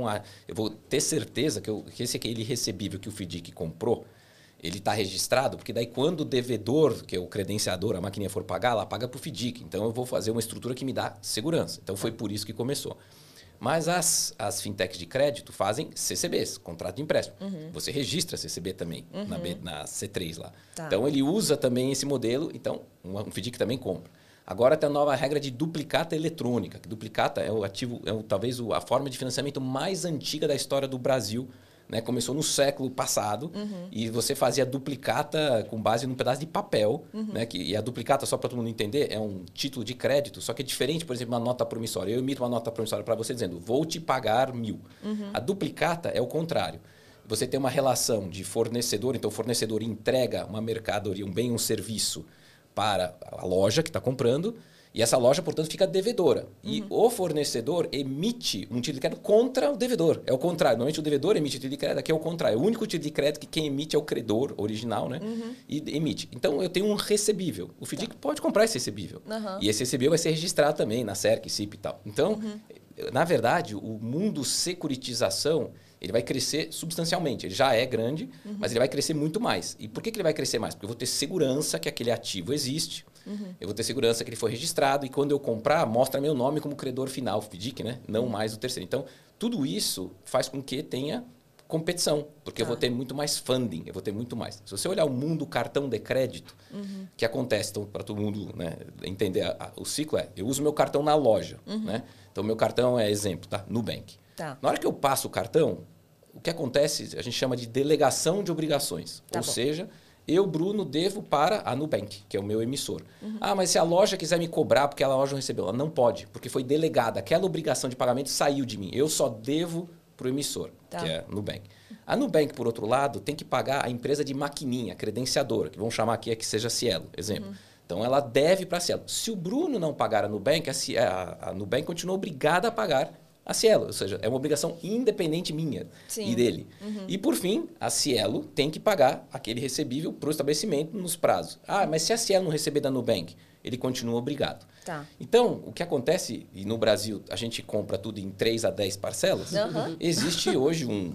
eu vou ter certeza que esse aquele recebível que o FDIC comprou, ele está registrado, porque daí quando o devedor, que é o credenciador, a maquininha for pagar, ela paga para o FDIC. Então, eu vou fazer uma estrutura que me dá segurança. Então, foi por isso que começou. Mas as fintechs de crédito fazem CCBs, contrato de empréstimo. Você registra CCB também na C3 lá. Então, ele usa também esse modelo. Então, um FDIC também compra. Agora tem a nova regra de duplicata eletrônica. Que duplicata é talvez a forma de financiamento mais antiga da história do Brasil. Né? Começou no século passado e você fazia duplicata com base num pedaço de papel. Né? E a duplicata, só para todo mundo entender, é um título de crédito, só que é diferente, por exemplo, uma nota promissória. Eu emito uma nota promissória para você dizendo, vou te pagar 1.000. A duplicata é o contrário. Você tem uma relação de fornecedor, então o fornecedor entrega uma mercadoria, um bem, um serviço para a loja que está comprando. E essa loja, portanto, fica devedora. E o fornecedor emite um título de crédito contra o devedor. É o contrário. Normalmente o devedor emite o título de crédito, aqui é o contrário. É o único título de crédito que quem emite é o credor original, né? E emite. Então, eu tenho um recebível. O FDIC pode comprar esse recebível. E esse recebível vai ser registrado também na SERC, CIP e tal. Então, na verdade, o mundo securitização, ele vai crescer substancialmente. Ele já é grande, mas ele vai crescer muito mais. E por que ele vai crescer mais? Porque eu vou ter segurança que aquele ativo existe. Eu vou ter segurança que ele foi registrado e quando eu comprar, mostra meu nome como credor final, FDIC, né? Não mais o terceiro. Então, tudo isso faz com que tenha competição, porque eu vou ter muito mais funding, eu vou ter muito mais. Se você olhar o mundo cartão de crédito, que acontece, então, para todo mundo, né, entender o ciclo, eu uso meu cartão na loja. Né? Então, meu cartão é exemplo, tá? Nubank. Na hora que eu passo o cartão, o que acontece, a gente chama de delegação de obrigações. Ou seja, eu, Bruno, devo para a Nubank, que é o meu emissor. Mas se a loja quiser me cobrar porque a loja não recebeu, ela não pode, porque foi delegada. Aquela obrigação de pagamento saiu de mim. Eu só devo para o emissor, que é a Nubank. A Nubank, por outro lado, tem que pagar a empresa de maquininha, credenciadora, que vamos chamar aqui que seja Cielo, exemplo. Então, ela deve para a Cielo. Se o Bruno não pagar a Nubank, a Nubank continua obrigada a pagar a Cielo, ou seja, é uma obrigação independente minha e dele. E, por fim, a Cielo tem que pagar aquele recebível para o estabelecimento nos prazos. Mas se a Cielo não receber da Nubank, ele continua obrigado. Então, o que acontece, e no Brasil a gente compra tudo em 3 a 10 parcelas, existe hoje um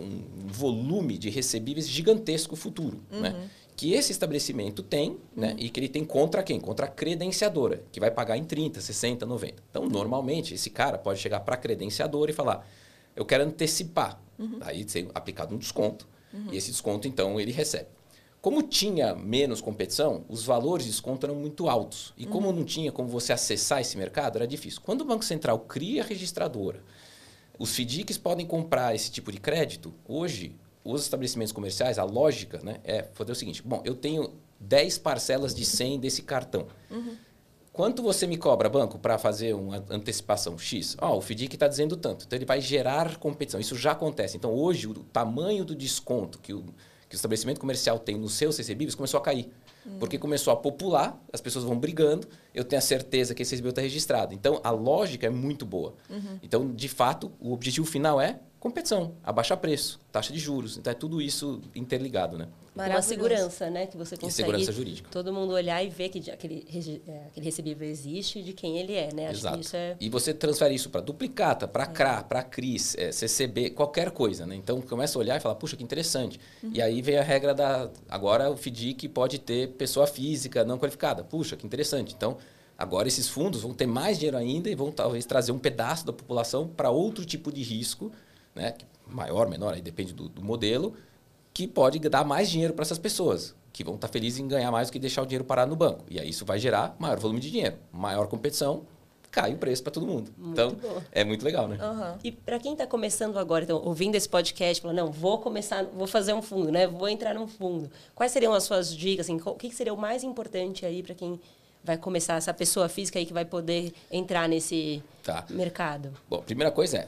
volume de recebíveis gigantesco futuro, né? Que esse estabelecimento tem, né? E que ele tem contra quem? Contra a credenciadora, que vai pagar em 30, 60, 90. Então, normalmente, esse cara pode chegar para a credenciadora e falar, eu quero antecipar. Aí tem aplicado um desconto, e esse desconto, então, ele recebe. Como tinha menos competição, os valores de desconto eram muito altos. E como não tinha como você acessar esse mercado, era difícil. Quando o Banco Central cria a registradora, os FDICs podem comprar esse tipo de crédito, hoje os estabelecimentos comerciais, a lógica, né, é fazer o seguinte, bom, eu tenho 10 parcelas de 100 desse cartão. Quanto você me cobra, banco, para fazer uma antecipação X? O FDIC está dizendo tanto. Então, ele vai gerar competição. Isso já acontece. Então, hoje, o tamanho do desconto que o estabelecimento comercial tem nos seus recebíveis começou a cair. Porque começou a popular, as pessoas vão brigando, eu tenho a certeza que esse recebível está registrado. Então, a lógica é muito boa. Então, de fato, o objetivo final é competição, abaixar preço, taxa de juros. Então, é tudo isso interligado, né? Uma segurança, né? Que você consegue segurança jurídica. Todo mundo olhar e ver que aquele recebível existe e de quem ele é, né? Exato. Acho que isso é... E você transfere isso para duplicata, para CRA, para CRIS, CCB, qualquer coisa, né? Então, começa a olhar e falar, puxa, que interessante. E aí vem a regra agora o FDIC pode ter pessoa física não qualificada. Puxa, que interessante. Então, agora esses fundos vão ter mais dinheiro ainda e vão talvez trazer um pedaço da população para outro tipo de risco, né? Maior, menor, aí depende do modelo, que pode dar mais dinheiro para essas pessoas, que vão estar felizes em ganhar mais do que deixar o dinheiro parado no banco. E aí isso vai gerar maior volume de dinheiro, maior competição, cai o preço para todo mundo. Muito então, bom. é muito legal, né? E para quem está começando agora, então, ouvindo esse podcast, falando, não, vou fazer um fundo, né? Vou entrar num fundo. Quais seriam as suas dicas? Assim, o que seria o mais importante aí para quem vai começar, essa pessoa física aí que vai poder entrar nesse mercado? Bom, a primeira coisa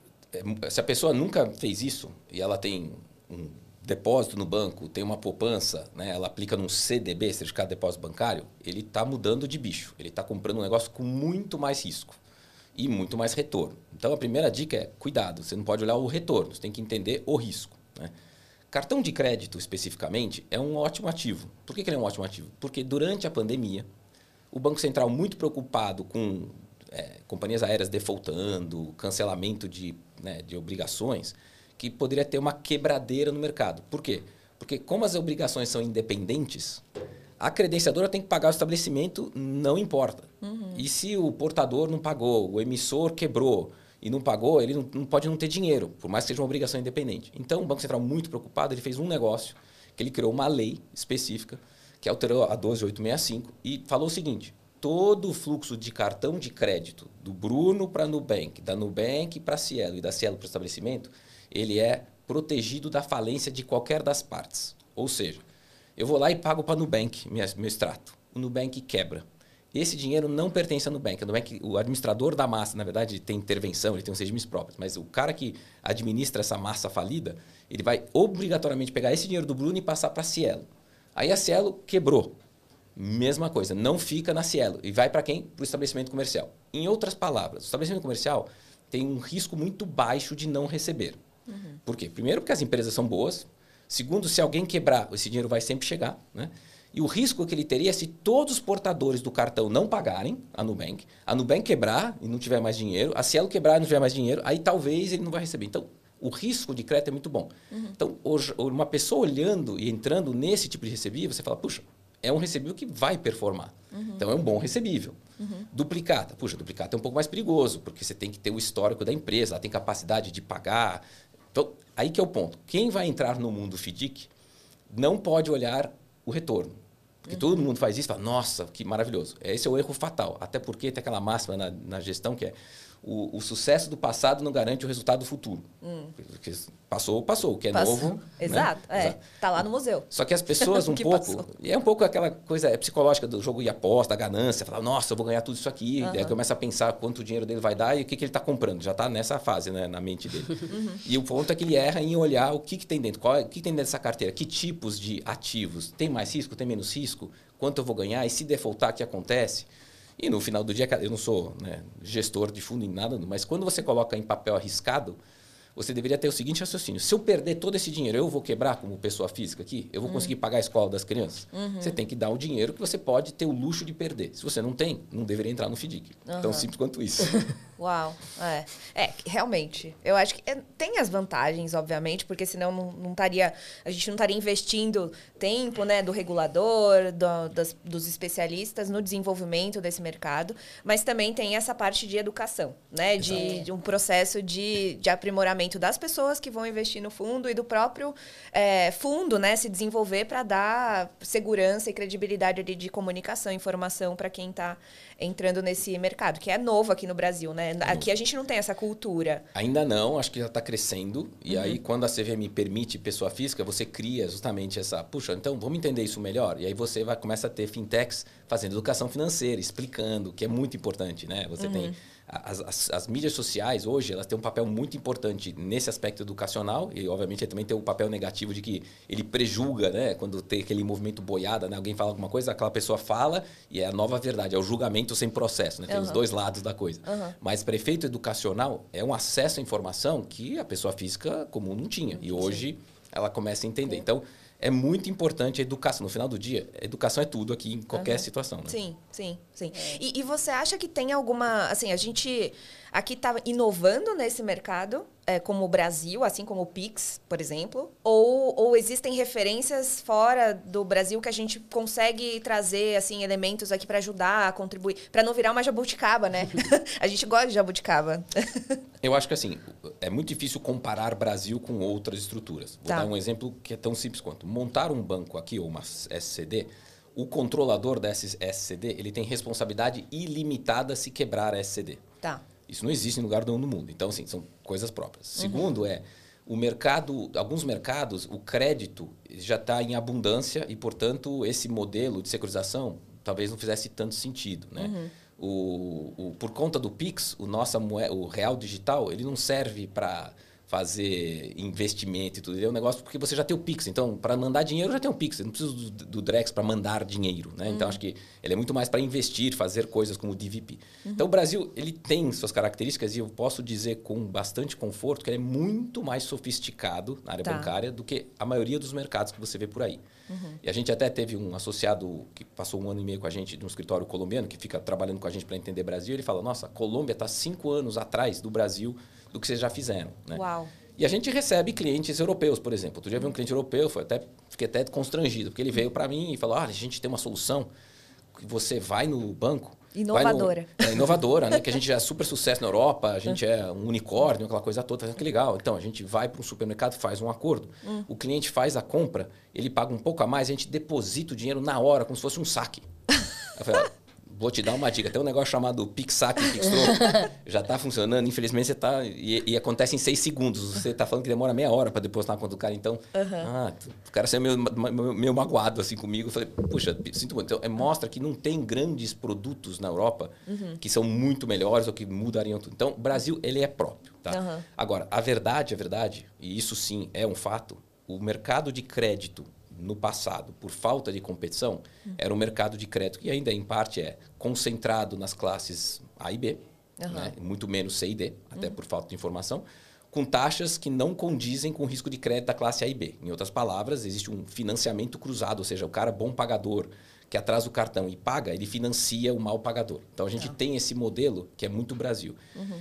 se a pessoa nunca fez isso e ela tem um depósito no banco, tem uma poupança, né, ela aplica num CDB, certificado de depósito bancário, ele está mudando de bicho. Ele está comprando um negócio com muito mais risco e muito mais retorno. Então, a primeira dica é cuidado. Você não pode olhar o retorno, você tem que entender o risco. Né? Cartão de crédito, especificamente, é um ótimo ativo. Por que ele é um ótimo ativo? Porque durante a pandemia, o Banco Central, muito preocupado com companhias aéreas defaultando, cancelamento de obrigações, que poderia ter uma quebradeira no mercado. Por quê? Porque como as obrigações são independentes, a credenciadora tem que pagar o estabelecimento, não importa. E se o portador não pagou, o emissor quebrou e não pagou, ele não pode não ter dinheiro, por mais que seja uma obrigação independente. Então, o Banco Central, muito preocupado, ele fez um negócio, que ele criou uma lei específica, que alterou a 12865, e falou o seguinte: todo o fluxo de cartão de crédito do Bruno para a Nubank, da Nubank para a Cielo e da Cielo para o estabelecimento, ele é protegido da falência de qualquer das partes. Ou seja, eu vou lá e pago para a Nubank meu extrato. O Nubank quebra. Esse dinheiro não pertence à Nubank. A Nubank, o administrador da massa, na verdade, tem intervenção, ele tem os regimes próprios. Mas o cara que administra essa massa falida, ele vai obrigatoriamente pegar esse dinheiro do Bruno e passar para a Cielo. Aí a Cielo quebrou. Mesma coisa, não fica na Cielo. E vai para quem? Para o estabelecimento comercial. Em outras palavras, o estabelecimento comercial tem um risco muito baixo de não receber. Por quê? Primeiro, porque as empresas são boas. Segundo, se alguém quebrar, esse dinheiro vai sempre chegar. Né? E o risco que ele teria é se todos os portadores do cartão não pagarem a Nubank quebrar e não tiver mais dinheiro, a Cielo quebrar e não tiver mais dinheiro, aí talvez ele não vai receber. Então, o risco de crédito é muito bom. Então, hoje, uma pessoa olhando e entrando nesse tipo de recebível, você fala, puxa, é um recebível que vai performar. Então, é um bom recebível. Duplicata. Puxa, duplicata é um pouco mais perigoso, porque você tem que ter o histórico da empresa, ela tem capacidade de pagar. Então, aí que é o ponto. Quem vai entrar no mundo FDIC não pode olhar o retorno. Porque todo mundo faz isso e fala, nossa, que maravilhoso. Esse é o erro fatal. Até porque tem aquela máxima na gestão que é o sucesso do passado não garante o resultado do futuro. Porque passou. O que é novo... Exato. Né? Exato. Tá lá no museu. Só que as pessoas um pouco... Passou. E é um pouco aquela coisa psicológica do jogo de aposta, da ganância. Falar, nossa, eu vou ganhar tudo isso aqui. Daí começa a pensar quanto o dinheiro dele vai dar e o que ele está comprando. Já está nessa fase, né, na mente dele. E o ponto é que ele erra em olhar o que tem dentro. O que tem dentro dessa carteira? Que tipos de ativos? Tem mais risco? Tem menos risco? Quanto eu vou ganhar? E se defaultar, o que acontece? E no final do dia, eu não sou gestor de fundo em nada, mas quando você coloca em papel arriscado, você deveria ter o seguinte raciocínio. Se eu perder todo esse dinheiro, eu vou quebrar como pessoa física aqui? Eu vou conseguir pagar a escola das crianças? Você tem que dar o dinheiro que você pode ter o luxo de perder. Se você não tem, não deveria entrar no FDIC. Tão simples quanto isso. Uau. Realmente. Eu acho que tem as vantagens, obviamente, porque senão a gente não estaria investindo tempo, né, do regulador, dos especialistas no desenvolvimento desse mercado, mas também tem essa parte de educação, né, de um processo de aprimoramento das pessoas que vão investir no fundo e do próprio fundo, né, se desenvolver para dar segurança e credibilidade ali de comunicação, informação para quem está entrando nesse mercado, que é novo aqui no Brasil, né? Aqui a gente não tem essa cultura. Ainda não, acho que já está crescendo. E aí, quando a CVM permite pessoa física, você cria justamente essa... Puxa, então vamos entender isso melhor? E aí você começa a ter fintechs fazendo educação financeira, explicando, que é muito importante, né? Você tem... As mídias sociais, hoje, elas têm um papel muito importante nesse aspecto educacional e, obviamente, também tem o papel negativo de que ele prejulga, né? Quando tem aquele movimento boiada, né? Alguém fala alguma coisa, aquela pessoa fala e é a nova verdade, é o julgamento sem processo, né? Tem os dois lados da coisa. Mas para efeito educacional, é um acesso à informação que a pessoa física comum não tinha. E hoje ela começa a entender. Então, é muito importante a educação. No final do dia, a educação é tudo aqui em qualquer situação, né? Sim. E você acha que tem alguma... Assim, a gente aqui está inovando nesse mercado, como o Brasil, assim como o Pix, por exemplo? Ou existem referências fora do Brasil que a gente consegue trazer, assim, elementos aqui para ajudar a contribuir, para não virar uma jabuticaba, né? A gente gosta de jabuticaba. Eu acho que, assim, é muito difícil comparar Brasil com outras estruturas. Vou dar um exemplo que é tão simples quanto. Montar um banco aqui, ou uma SCD, o controlador da SCD, ele tem responsabilidade ilimitada se quebrar a SCD. Tá. Isso não existe em lugar nenhum no mundo. Então, assim, são coisas próprias. Segundo o mercado, alguns mercados, o crédito já está em abundância e, portanto, esse modelo de securitização talvez não fizesse tanto sentido, né? Por conta do Pix, o real digital, ele não serve para fazer investimento e tudo. É um negócio porque você já tem o Pix. Então, para mandar dinheiro, já tem o Pix. Você não precisa do Drex para mandar dinheiro, né? Então, acho que ele é muito mais para investir, fazer coisas como o DVP. Então, o Brasil, ele tem suas características e eu posso dizer com bastante conforto que ele é muito mais sofisticado na área bancária do que a maioria dos mercados que você vê por aí. E a gente até teve um associado que passou 1 ano e meio com a gente de um escritório colombiano que fica trabalhando com a gente para entender Brasil. Ele fala, nossa, a Colômbia está 5 anos atrás do Brasil do que vocês já fizeram, né? Uau. E a gente recebe clientes europeus, por exemplo. Outro dia eu vi um cliente europeu, fiquei até constrangido, porque ele veio para mim e falou, a gente tem uma solução que você vai no banco... Inovadora. Inovadora, né? Que a gente já é super sucesso na Europa, a gente é um unicórnio, aquela coisa toda. Que legal. Então, a gente vai para um supermercado, faz um acordo. O cliente faz a compra, ele paga um pouco a mais, a gente deposita o dinheiro na hora, como se fosse um saque. Eu falei, vou te dar uma dica. Tem um negócio chamado Pix-Saque, Pix-Troco. Já está funcionando. Infelizmente, você está... E acontece em 6 segundos. Você está falando que demora meia hora para depositar na conta do cara. Então, o cara saiu meio magoado assim comigo. Eu falei, puxa, sinto muito. Então, mostra que não tem grandes produtos na Europa que são muito melhores ou que mudariam tudo. Então, o Brasil, ele é próprio. Tá? Agora, a verdade, e isso sim é um fato, o mercado de crédito no passado, por falta de competição, era um mercado de crédito que ainda, em parte, é concentrado nas classes A e B, né? Muito menos C e D, até por falta de informação, com taxas que não condizem com o risco de crédito da classe A e B. Em outras palavras, existe um financiamento cruzado, ou seja, o cara bom pagador que atrasa o cartão e paga, ele financia o mal pagador. Então, a gente tem esse modelo que é muito Brasil.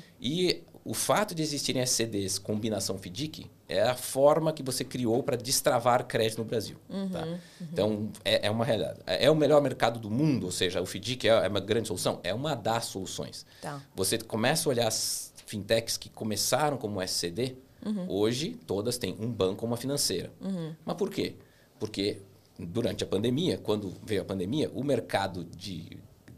E o fato de existirem SCDs combinação FDIC é a forma que você criou para destravar crédito no Brasil. Tá? Então, é uma realidade. É o melhor mercado do mundo, ou seja, o FDIC é uma grande solução? É uma das soluções. Você começa a olhar as fintechs que começaram como SCD, hoje todas têm um banco ou uma financeira. Mas por quê? Porque durante a pandemia, quando veio a pandemia, o mercado de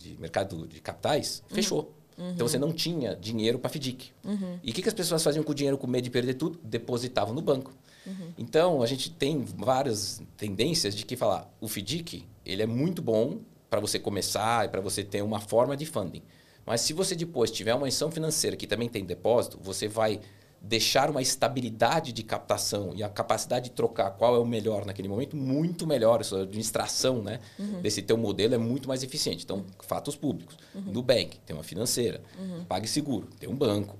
capitais fechou. Então, você não tinha dinheiro para FDIC. E o que as pessoas faziam com o dinheiro com medo de perder tudo? Depositavam no banco. Então, a gente tem várias tendências de que falar o FDIC ele é muito bom para você começar e para você ter uma forma de funding. Mas se você depois tiver uma instituição financeira que também tem depósito, você vai deixar uma estabilidade de captação e a capacidade de trocar qual é o melhor naquele momento muito melhor. A sua administração, né, desse teu modelo é muito mais eficiente. Então, fatos públicos. Nubank tem uma financeira. PagSeguro tem um banco.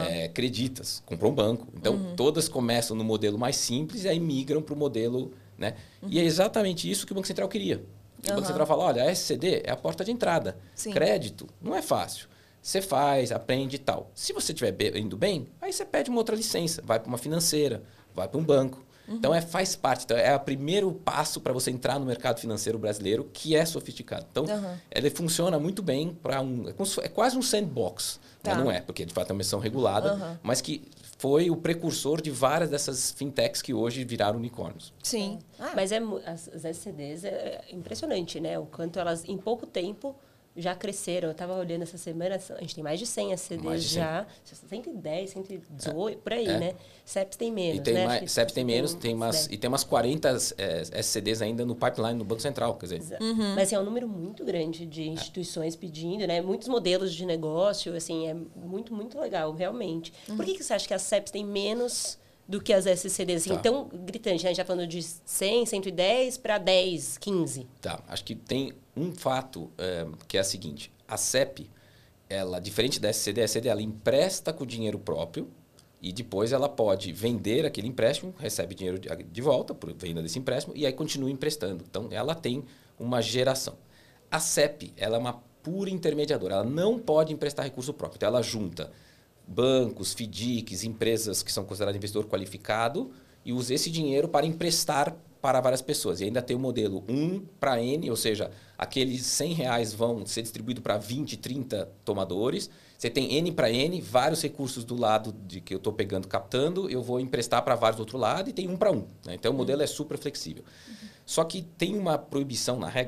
Creditas comprou um banco. Então, todas começam no modelo mais simples e aí migram para o modelo... Né? E é exatamente isso que o Banco Central queria. O Banco Central fala, olha, a SCD é a porta de entrada. Crédito não é fácil. Você faz, aprende e tal. Se você estiver indo bem, aí você pede uma outra licença. Vai para uma financeira, vai para um banco. Então, faz parte. Então, é o primeiro passo para você entrar no mercado financeiro brasileiro, que é sofisticado. Então, ele funciona muito bem para é quase um sandbox. Né? Não é, porque de fato é uma missão regulada, mas que foi o precursor de várias dessas fintechs que hoje viraram unicórnios. Sim. Mas as SCDs é impressionante, né? O quanto elas, em pouco tempo... já cresceram. Eu estava olhando essa semana, a gente tem mais de 100 SCDs já. 110, 118, por aí, né? CEPs tem menos, né? CEPs tem menos, e tem umas 40 SCDs ainda no pipeline do Banco Central, quer dizer. Mas assim, é um número muito grande de instituições pedindo, né? Muitos modelos de negócio, assim, é muito, muito legal, realmente. Por que você acha que as CEPs têm menos do que as SCDs? Assim, tão gritante, né? A gente está falando de 100, 110 para 10, 15. Tá, acho que tem um fato que é o seguinte. A CEP, ela, diferente da SCD, a SCD ela empresta com o dinheiro próprio e depois ela pode vender aquele empréstimo, recebe dinheiro de volta por venda desse empréstimo e aí continua emprestando. Então, ela tem uma geração. A CEP, ela é uma pura intermediadora. Ela não pode emprestar recurso próprio. Então, ela junta bancos, FDICs, empresas que são consideradas investidor qualificado e usa esse dinheiro para emprestar para várias pessoas. E ainda tem o modelo 1 para N, ou seja, aqueles R$100 vão ser distribuídos para 20, 30 tomadores. Você tem N para N, vários recursos do lado de que eu estou pegando, captando, eu vou emprestar para vários do outro lado e tem 1 para 1. Né? Então, o modelo é super flexível. Só que tem uma proibição na regra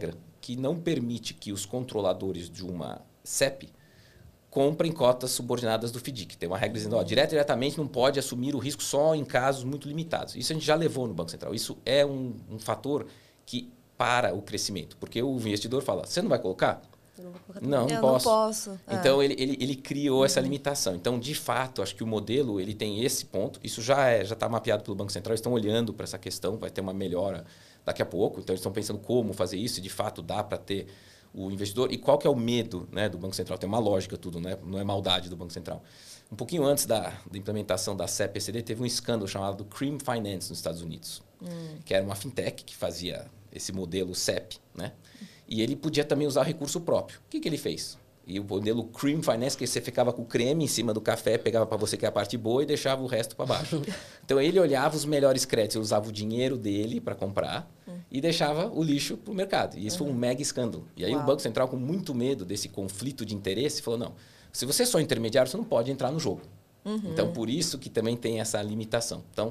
que não permite que os controladores de uma CEP comprem cotas subordinadas do FDIC. Tem uma regra dizendo, diretamente não pode assumir o risco só em casos muito limitados. Isso a gente já levou no Banco Central. Isso é um fator que para o crescimento. Porque o investidor fala, você não vai colocar? Não posso. Então, ele criou essa limitação. Então, de fato, acho que o modelo ele tem esse ponto. Isso já está mapeado pelo Banco Central. Eles estão olhando para essa questão. Vai ter uma melhora daqui a pouco. Então, eles estão pensando como fazer isso. De fato, dá para ter o investidor. E qual que é o medo, né, do Banco Central? Tem uma lógica tudo, né? Não é maldade do Banco Central. Um pouquinho antes da implementação da CEP-ECD, teve um escândalo chamado Cream Finance nos Estados Unidos, que era uma fintech que fazia esse modelo CEP, né? E ele podia também usar recurso próprio. O que ele fez? E o modelo Cream Finance, que você ficava com o creme em cima do café, pegava para você que é a parte boa e deixava o resto para baixo. Então, ele olhava os melhores créditos, ele usava o dinheiro dele para comprar e deixava o lixo para o mercado. E isso foi um mega escândalo. E aí o Banco Central, com muito medo desse conflito de interesse, falou, não, se você é só intermediário, você não pode entrar no jogo. Então, por isso que também tem essa limitação. Então,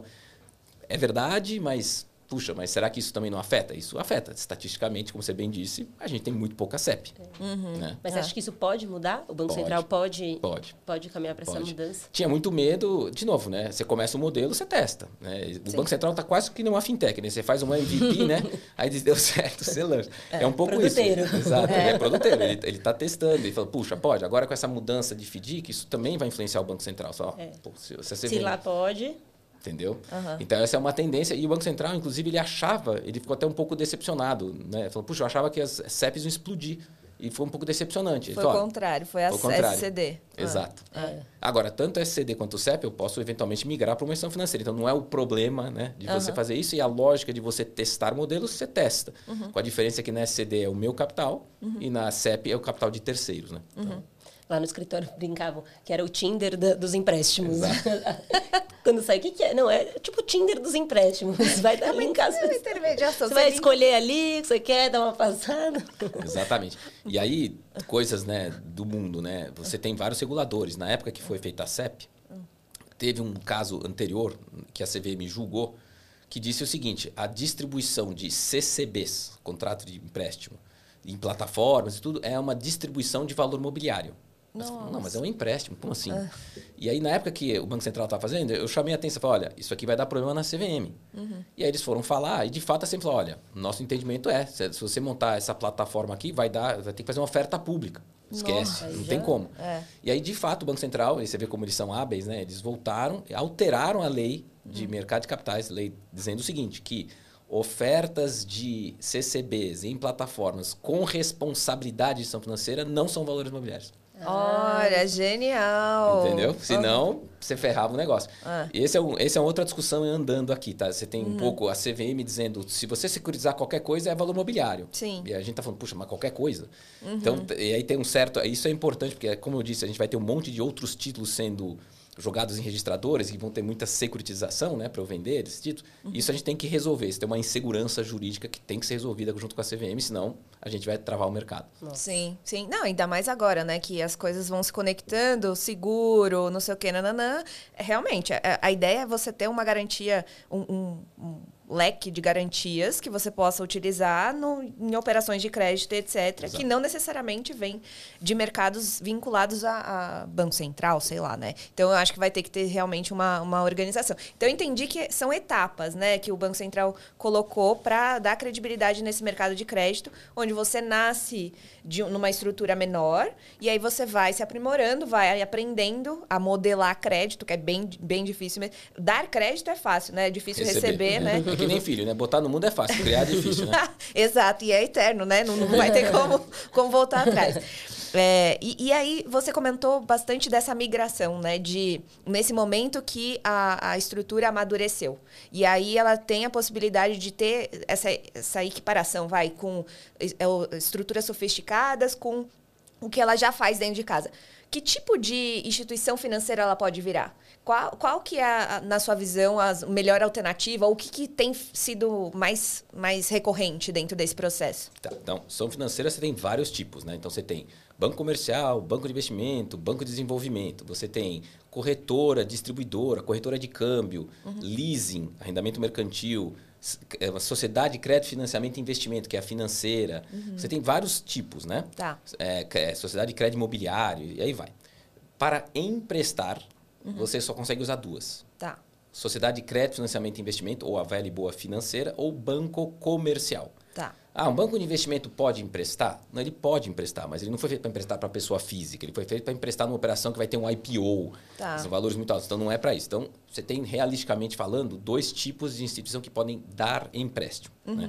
é verdade, mas... Puxa, mas será que isso também não afeta? Isso afeta. Estatisticamente, como você bem disse, a gente tem muito pouca CEP. Né? Mas acha que isso pode mudar? O Banco Central pode caminhar para essa mudança? Tinha muito medo, de novo, né? Você começa o modelo, você testa. Né? O Banco Central está quase que numa fintech, né? Você faz uma MVP, né? Aí deu certo, você lança. É um pouco produteiro. Isso. Exato, ele é produteiro. Ele está testando, ele fala, puxa, pode. Agora com essa mudança de FDIC, isso também vai influenciar o Banco Central. Só, se lá pode... Entendeu? Então, essa é uma tendência. E o Banco Central, inclusive, ele ficou até um pouco decepcionado. Né? Falou, puxa, eu achava que as CEPs iam explodir. E foi um pouco decepcionante. Foi o contrário, foi a SCD. Exato. Agora, tanto a SCD quanto o CEP, eu posso eventualmente migrar para uma instituição financeira. Então, não é o problema, né, de você fazer isso. E a lógica de você testar modelos, você testa. Com a diferença que na SCD é o meu capital e na CEP é o capital de terceiros. Né? Então, lá no escritório brincavam que era o Tinder dos empréstimos. Quando sai, o que é? Não, é tipo o Tinder dos empréstimos. Vai dar em casa. Intermediação. Você vai escolher ali o que você quer, dar uma passada. Exatamente. E aí, coisas, né, do mundo, né? Você tem vários reguladores. Na época que foi feita a CEP, teve um caso anterior que a CVM julgou, que disse o seguinte, a distribuição de CCBs, contrato de empréstimo, em plataformas e tudo, é uma distribuição de valor mobiliário. Não, mas é um empréstimo, como assim? E aí, na época que o Banco Central estava fazendo, eu chamei a atenção e falei, olha, isso aqui vai dar problema na CVM. E aí eles foram falar, e de fato, sempre falou, olha, nosso entendimento se você montar essa plataforma aqui, vai ter que fazer uma oferta pública. Esquece, não tem como. E aí, de fato, o Banco Central, você vê como eles são hábeis, né? Eles voltaram, alteraram a lei de mercado de capitais, lei dizendo o seguinte, que ofertas de CCBs em plataformas com responsabilidade de gestão financeira não são valores imobiliários. Olha, genial! Entendeu? Senão, você ferrava o negócio. Essa é uma outra discussão andando aqui, tá? Você tem um pouco a CVM dizendo, se você securizar qualquer coisa, é valor imobiliário. Sim. E a gente tá falando, puxa, mas qualquer coisa? Então, e aí tem um certo... Isso é importante, porque, como eu disse, a gente vai ter um monte de outros títulos sendo jogados em registradoras que vão ter muita securitização, né, para eu vender esses títulos. Isso a gente tem que resolver. Isso tem uma insegurança jurídica que tem que ser resolvida junto com a CVM, senão a gente vai travar o mercado. Sim. Não, ainda mais agora, né, que as coisas vão se conectando, seguro, não sei o quê, nananã. Realmente, a ideia é você ter uma garantia, um leque de garantias que você possa utilizar em operações de crédito, etc., Exato. Que não necessariamente vem de mercados vinculados a Banco Central, sei lá, né? Então, eu acho que vai ter que ter realmente uma organização. Então, eu entendi que são etapas, né, que o Banco Central colocou para dar credibilidade nesse mercado de crédito, onde você nasce numa estrutura menor e aí você vai se aprimorando, vai aprendendo a modelar crédito, que é bem difícil mesmo. Dar crédito é fácil, né? É difícil receber, né? É que nem filho, né? Botar no mundo é fácil, criar é difícil, né? Exato, e é eterno, né? Não vai ter como voltar atrás. E aí, você comentou bastante dessa migração, né? Nesse momento que a estrutura amadureceu. E aí, ela tem a possibilidade de ter essa equiparação, com estruturas sofisticadas, com o que ela já faz dentro de casa. que tipo de instituição financeira ela pode virar? Qual que é, na sua visão, a melhor alternativa? Ou o que tem sido mais recorrente dentro desse processo? Tá, então, instituição financeira você tem vários tipos, né? Então, você tem banco comercial, banco de investimento, banco de desenvolvimento. Você tem corretora, distribuidora, corretora de câmbio, leasing, arrendamento mercantil, sociedade de crédito, financiamento e investimento, que é a financeira. Você tem vários tipos, né? Tá. Sociedade de crédito imobiliário, e aí vai. Para emprestar, você só consegue usar duas. Tá. Sociedade de crédito, financiamento e investimento, ou a velha e boa financeira, ou banco comercial. Tá. Um banco de investimento pode emprestar? Não, ele pode emprestar, mas ele não foi feito para emprestar para pessoa física. Ele foi feito para emprestar numa operação que vai ter um IPO. Tá. São valores muito altos, então não é para isso. Então, você tem, realisticamente falando, dois tipos de instituição que podem dar empréstimo. Né?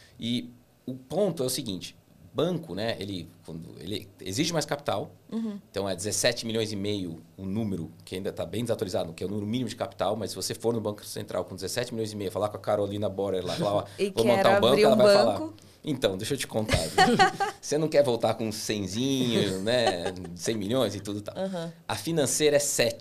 E o ponto é o seguinte, banco, né, ele exige mais capital, então é 17 milhões e meio o número, que ainda está bem desatualizado, que é o número mínimo de capital, mas se você for no Banco Central com 17 milhões e meio, falar com a Carolina Borer lá, falar, vou montar um banco, ela vai falar... Então, deixa eu te contar. Você não quer voltar com um 100zinho, né? 100 milhões e tudo tal. A financeira é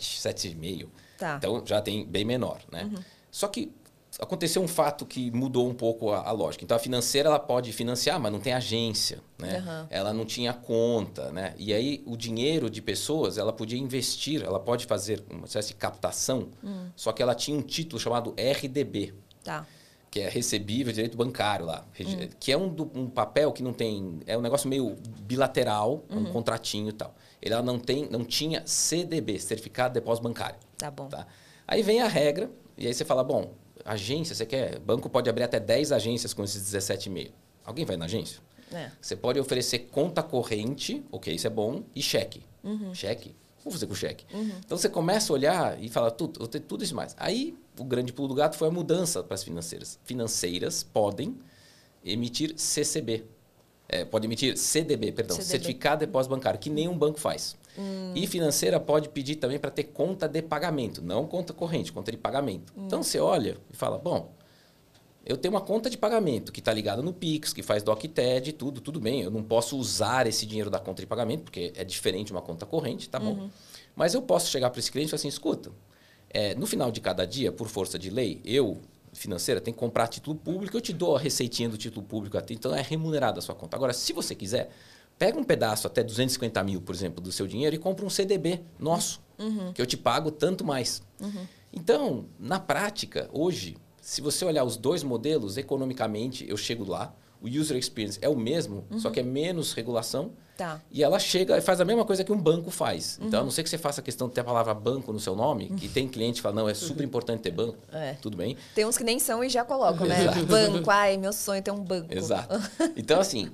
7,5. Tá. Então, já tem bem menor, né? Só que aconteceu um fato que mudou um pouco a lógica. Então, a financeira ela pode financiar, mas não tem agência, né? Ela não tinha conta, né? E aí, o dinheiro de pessoas, ela podia investir, ela pode fazer uma espécie de captação, só que ela tinha um título chamado RDB. Tá. Que é recebível direito bancário lá, que é um papel que não tem, é um negócio meio bilateral, um contratinho e tal. Ela não tinha CDB, Certificado de Depósito Bancário. Tá bom. Tá? Aí vem a regra, e aí você fala, bom, agência, você quer? Banco pode abrir até 10 agências com esses 17,5. Alguém vai na agência? Você pode oferecer conta corrente, ok, isso é bom, e cheque. Cheque? Vou fazer com cheque. Então, você começa a olhar e fala, vou ter tudo isso mais. Aí, o grande pulo do gato foi a mudança para as financeiras. Financeiras podem emitir CCB. Pode emitir CDB, perdão, Certificado de Depósito Bancário, que nenhum banco faz. E financeira pode pedir também para ter conta de pagamento, não conta corrente, conta de pagamento. Então, você olha e fala, bom, eu tenho uma conta de pagamento que está ligada no Pix, que faz DocTed, tudo bem. Eu não posso usar esse dinheiro da conta de pagamento, porque é diferente de uma conta corrente, tá bom. Mas eu posso chegar para esse cliente e falar assim, escuta, no final de cada dia, por força de lei, eu, financeira, tenho que comprar título público, eu te dou a receitinha do título público, então é remunerada a sua conta. Agora, se você quiser, pega um pedaço, até 250 mil, por exemplo, do seu dinheiro e compra um CDB nosso, que eu te pago tanto mais. Então, na prática, hoje... Se você olhar os dois modelos, economicamente, eu chego lá, o user experience é o mesmo, só que é menos regulação. Tá. E ela chega e faz a mesma coisa que um banco faz. Então, a não ser que você faça a questão de ter a palavra banco no seu nome, que tem cliente que fala, não, é super importante ter banco. Tudo bem. Tem uns que nem são e já colocam, né? Banco, meu sonho é ter um banco. Exato. Então, assim,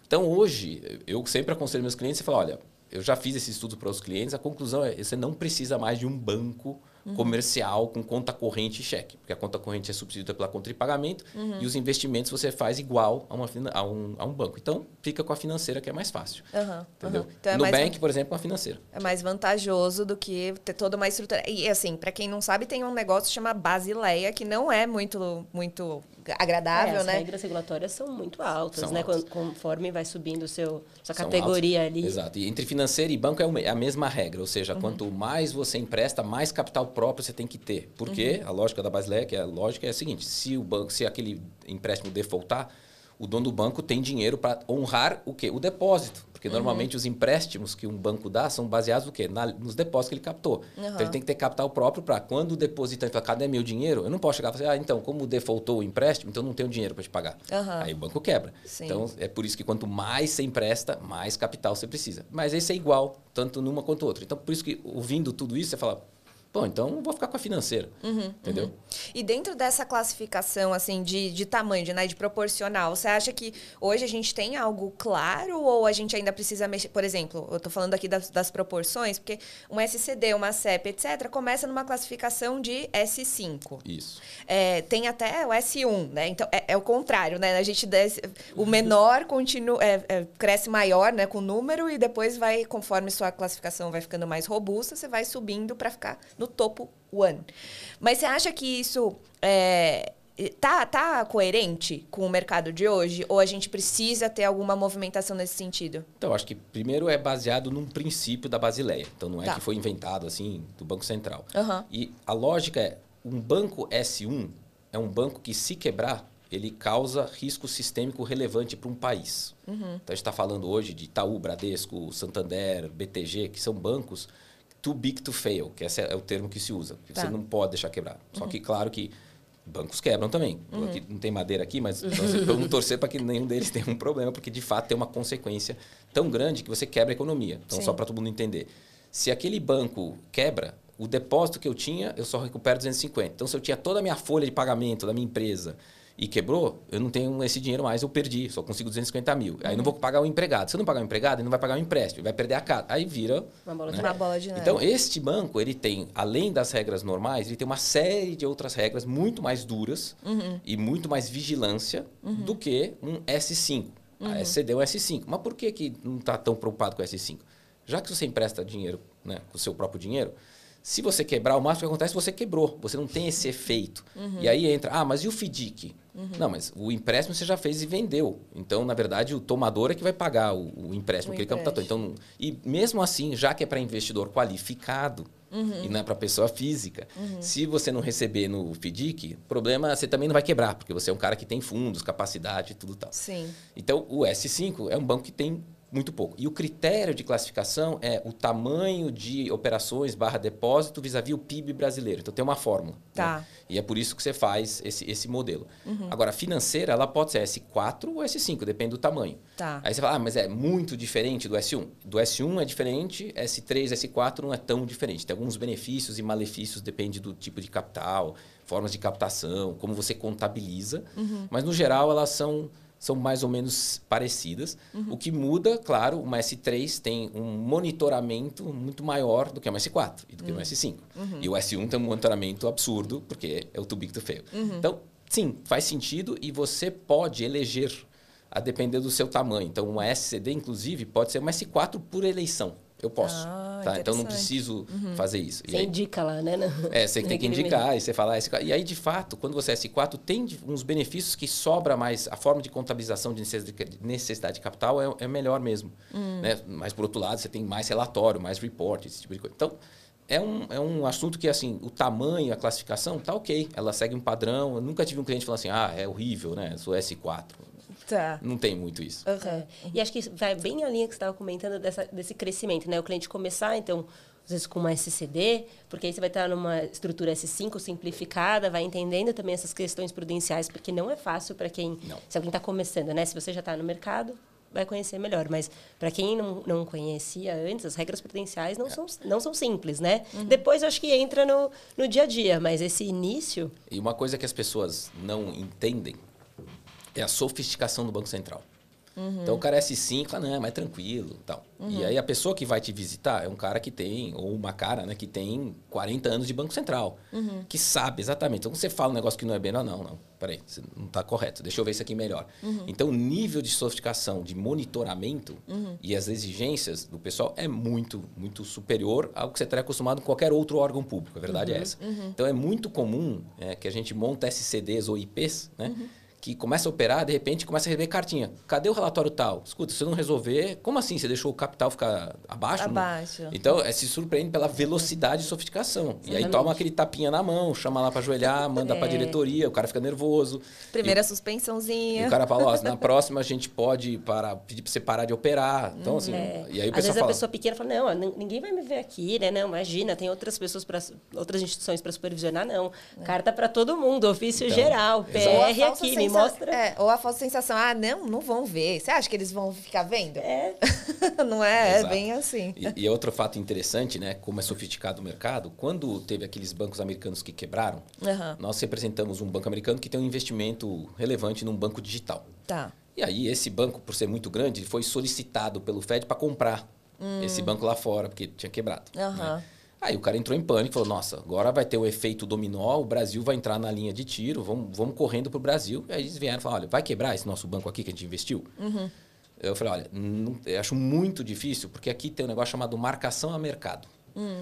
hoje, eu sempre aconselho meus clientes e falo, olha, eu já fiz esse estudo para os clientes, a conclusão é que você não precisa mais de um banco comercial com conta corrente e cheque, porque a conta corrente é substituída pela conta de pagamento e os investimentos você faz igual a um banco. Então, fica com a financeira que é mais fácil. Entendeu? Então, Nubank, por exemplo, é uma financeira. É mais vantajoso do que ter toda uma estrutura. E assim, para quem não sabe, tem um negócio que chama Basileia, que não é muito agradável, né? As regras regulatórias são muito altas, São né? altas. Conforme vai subindo sua São categoria altas. ali. Exato. E entre financeira e banco é a mesma regra. Ou seja, quanto mais você empresta, mais capital próprio você tem que ter. Porque a lógica da Basileia, que é a lógica, é a seguinte. Se aquele empréstimo defaultar, o dono do banco tem dinheiro para honrar o quê? O depósito. Porque normalmente os empréstimos que um banco dá são baseados no quê? Nos depósitos que ele captou. Então ele tem que ter capital próprio para quando o depositante fala, cadê meu dinheiro? Eu não posso chegar e falar, então, como defaultou o empréstimo, então eu não tenho dinheiro para te pagar. Aí o banco quebra. Sim. Então é por isso que quanto mais você empresta, mais capital você precisa. Mas esse é igual, tanto numa quanto outra. Então por isso que ouvindo tudo isso, você fala, bom, então vou ficar com a financeira, entendeu? E dentro dessa classificação assim de tamanho, de proporcional, você acha que hoje a gente tem algo claro ou a gente ainda precisa mexer? Por exemplo, eu estou falando aqui das proporções, porque um SCD, uma CEP, etc., começa numa classificação de S5. Isso. Tem até o S1, né? Então, é o contrário, né? A gente desce, o menor continua, cresce maior, né, com o número e depois vai, conforme sua classificação vai ficando mais robusta, você vai subindo para ficar no topo 1. Mas você acha que isso Tá coerente com o mercado de hoje? Ou a gente precisa ter alguma movimentação nesse sentido? Então, acho que primeiro é baseado num princípio da Basileia. Então, não é Tá. que foi inventado assim do Banco Central. Uhum. E a lógica é, um banco S1 é um banco que, se quebrar, ele causa risco sistêmico relevante para um país. Então, a gente está falando hoje de Itaú, Bradesco, Santander, BTG, que são bancos too big to fail, que esse é o termo que se usa. Que Tá. você não pode deixar quebrar. Só que, claro que bancos quebram também. Aqui não tem madeira aqui, mas vamos torcer para que nenhum deles tenha um problema, porque, de fato, tem uma consequência tão grande que você quebra a economia. Então, Sim. só para todo mundo entender. Se aquele banco quebra, o depósito que eu tinha, eu só recupero 250. Então, se eu tinha toda a minha folha de pagamento da minha empresa e quebrou, eu não tenho esse dinheiro mais, eu perdi, só consigo 250 mil. Aí não vou pagar o empregado. Se eu não pagar o empregado, ele não vai pagar o empréstimo, ele vai perder a casa. Aí vira... Uma bola de Uma bola de neve. Então, este banco, ele tem, além das regras normais, ele tem uma série de outras regras muito mais duras e muito mais vigilância do que um S5. A SCD é um S5. Mas por que não está tão preocupado com o S5? Já que você empresta dinheiro, né, com o seu próprio dinheiro, se você quebrar, o máximo que acontece é que você quebrou. Você não tem esse efeito. E aí entra, mas e o FDIC? Não, mas o empréstimo você já fez e vendeu. Então, na verdade, o tomador é que vai pagar o empréstimo que ele captou. Então, e mesmo assim, já que é para investidor qualificado e não é para pessoa física, se você não receber no FDIC, problema, você também não vai quebrar, porque você é um cara que tem fundos, capacidade e tudo tal. Sim. Então, o S5 é um banco que tem muito pouco. E o critério de classificação é o tamanho de operações / depósito vis-à-vis o PIB brasileiro. Então, tem uma fórmula. Tá. Né? E é por isso que você faz esse modelo. Agora, a financeira, ela pode ser S4 ou S5, depende do tamanho. Tá. Aí você fala, mas é muito diferente do S1. Do S1 é diferente, S3, S4 não é tão diferente. Tem alguns benefícios e malefícios, depende do tipo de capital, formas de captação, como você contabiliza. Mas, no geral, elas são mais ou menos parecidas. O que muda, claro, uma S3 tem um monitoramento muito maior do que uma S4 e do que uma S5. E o S1 tem um monitoramento absurdo, porque é o too big to fail. Então, sim, faz sentido e você pode eleger a depender do seu tamanho. Então, uma SCD, inclusive, pode ser uma S4 por eleição. Eu posso. Tá? Então, não preciso fazer isso. Você indica lá, né? Você tem que indicar, e você fala S4. E aí, de fato, quando você é S4, tem uns benefícios que sobra mais. A forma de contabilização de necessidade de capital é melhor mesmo. Né? Mas, por outro lado, você tem mais relatório, mais report, esse tipo de coisa. Então, é um assunto que, assim, o tamanho, a classificação, tá ok. Ela segue um padrão. Eu nunca tive um cliente falando assim, é horrível, né? Eu sou S4. Tá. Não tem muito isso. E acho que vai bem na linha que você estava comentando desse crescimento, né? O cliente começar, então, às vezes com uma SCD, porque aí você vai estar numa estrutura S5 simplificada, vai entendendo também essas questões prudenciais, porque não é fácil para quem... Não. Se alguém está começando, né? Se você já está no mercado, vai conhecer melhor. Mas para quem não conhecia antes, as regras prudenciais não são simples, né? Depois, eu acho que entra no dia a dia, mas esse início... E uma coisa que as pessoas não entendem é a sofisticação do Banco Central. Então, o cara é S5, não, é mais tranquilo tal. E aí, a pessoa que vai te visitar é um cara que tem, ou uma cara, né, que tem 40 anos de Banco Central, que sabe exatamente. Então, quando você fala um negócio que não é bem, não, peraí, você não está correto, deixa eu ver isso aqui melhor. Então, o nível de sofisticação, de monitoramento e as exigências do pessoal é muito, muito superior ao que você estaria acostumado com qualquer outro órgão público, a verdade é essa. Então, é muito comum que a gente monta SCDs ou IPs, né? Que começa a operar, de repente, começa a receber cartinha. Cadê o relatório tal? Escuta, se você não resolver, como assim? Você deixou o capital ficar abaixo? Abaixo. Então, se surpreende pela velocidade e sofisticação. E aí toma aquele tapinha na mão, chama lá para ajoelhar, manda para a diretoria, o cara fica nervoso. Primeira suspensãozinha. E o cara fala, na próxima a gente pode pedir para você parar de operar. Então, assim, e aí o pessoal Às vezes fala... a pessoa pequena fala, ninguém vai me ver aqui, né? Não, imagina, tem outras pessoas, outras instituições para supervisionar, não. Carta para todo mundo, ofício geral, PR aqui, me mostra... ou a falsa sensação, não vão ver. Você acha que eles vão ficar vendo? Não é? Exato. É bem assim. E outro fato interessante, né? Como é sofisticado o mercado, quando teve aqueles bancos americanos que quebraram, nós representamos um banco americano que tem um investimento relevante num banco digital. Tá. E aí, esse banco, por ser muito grande, foi solicitado pelo Fed para comprar esse banco lá fora, porque tinha quebrado. Né? Aí o cara entrou em pânico e falou, nossa, agora vai ter o efeito dominó, o Brasil vai entrar na linha de tiro, vamos correndo para o Brasil. E aí eles vieram e falaram, olha, vai quebrar esse nosso banco aqui que a gente investiu? Eu falei, olha, eu acho muito difícil, porque aqui tem um negócio chamado marcação a mercado.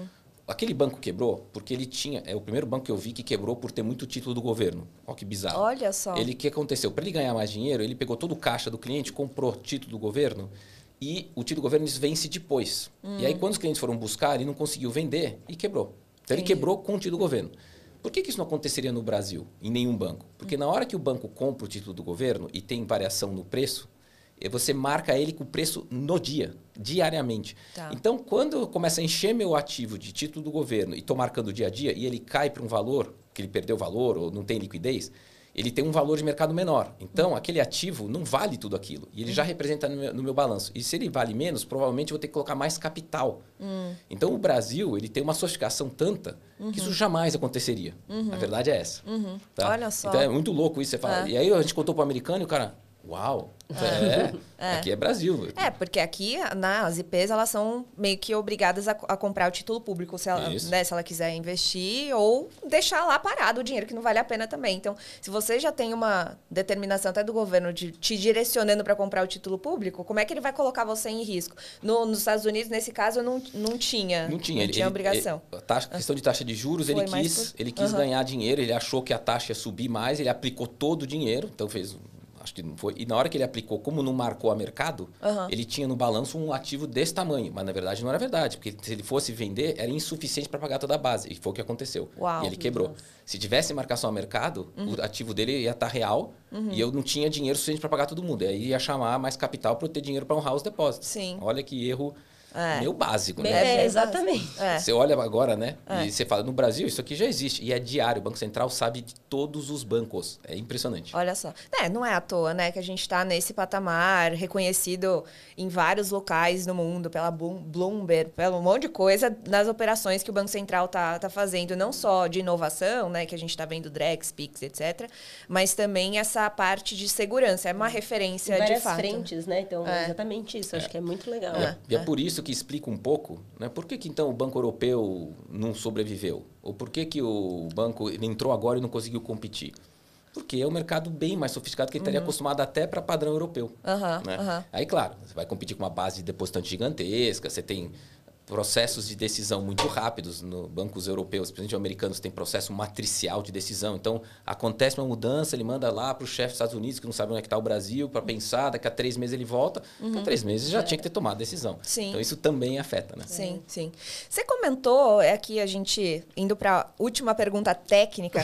aquele banco quebrou porque ele tinha... É o primeiro banco que eu vi que quebrou por ter muito título do governo. Olha que bizarro. Olha só. O que aconteceu? Para ele ganhar mais dinheiro, ele pegou todo o caixa do cliente, comprou título do governo e o título do governo vence depois. E aí, quando os clientes foram buscar, ele não conseguiu vender e quebrou. Então, ele quebrou com o título do governo. Por que isso não aconteceria no Brasil, em nenhum banco? Porque na hora que o banco compra o título do governo e tem variação no preço, você marca ele com o preço no dia, diariamente. Tá. Então, quando eu começo a encher meu ativo de título do governo e estou marcando dia a dia e ele cai para um valor, que ele perdeu valor ou não tem liquidez, ele tem um valor de mercado menor. Então, aquele ativo não vale tudo aquilo. E ele já representa no meu balanço. E se ele vale menos, provavelmente eu vou ter que colocar mais capital. Então, o Brasil ele tem uma sofisticação tanta que isso jamais aconteceria. A verdade é essa. Tá? Olha só. Então, é muito louco isso. Você fala. E aí, a gente contou para o americano e o cara... Uau! Aqui é Brasil. Porque aqui as IPs elas são meio que obrigadas a comprar o título público se ela, né, se ela quiser investir ou deixar lá parado o dinheiro que não vale a pena também. Então, se você já tem uma determinação até do governo de te direcionando para comprar o título público, como é que ele vai colocar você em risco? Nos Estados Unidos, nesse caso, não tinha obrigação. Questão de taxa de juros, ele quis ganhar dinheiro, ele achou que a taxa ia subir mais, ele aplicou todo o dinheiro, então fez... Acho que não foi. E na hora que ele aplicou, como não marcou a mercado, ele tinha no balanço um ativo desse tamanho. Mas, na verdade, não era verdade. Porque se ele fosse vender, era insuficiente para pagar toda a base. E foi o que aconteceu. Uau, e ele quebrou. Se tivesse marcação a mercado, o ativo dele ia estar real e eu não tinha dinheiro suficiente para pagar todo mundo. E aí ia chamar mais capital para eu ter dinheiro para honrar os depósitos. Sim. Olha que erro... Meio básico, né? Exatamente. Você olha agora, né? E você fala, no Brasil, isso aqui já existe. E é diário. O Banco Central sabe de todos os bancos. É impressionante. Olha só. Não é à toa, né? Que a gente está nesse patamar, reconhecido em vários locais no mundo, pela Bloomberg, pelo um monte de coisa, nas operações que o Banco Central tá fazendo, não só de inovação, né? Que a gente está vendo Drex, Pix, etc. Mas também essa parte de segurança. É uma referência em várias de fato. Frentes, né? Então, é exatamente isso. Acho que é muito legal. E é por isso que explica um pouco, né? Por que então o Banco Europeu não sobreviveu? Ou por que o banco entrou agora e não conseguiu competir? Porque é um mercado bem mais sofisticado que ele estaria acostumado até para padrão europeu. Né? Aí, claro, você vai competir com uma base de depositante gigantesca, você tem processos de decisão muito rápidos no bancos europeus, principalmente americanos, tem processo matricial de decisão. Então, acontece uma mudança, ele manda lá para o chefe dos Estados Unidos, que não sabe onde é que está o Brasil, para pensar, daqui a 3 meses ele volta. Então, 3 meses já tinha que ter tomado a decisão. Sim. Então, isso também afeta, né? Sim, sim. Você comentou, aqui a gente, indo para a última pergunta técnica,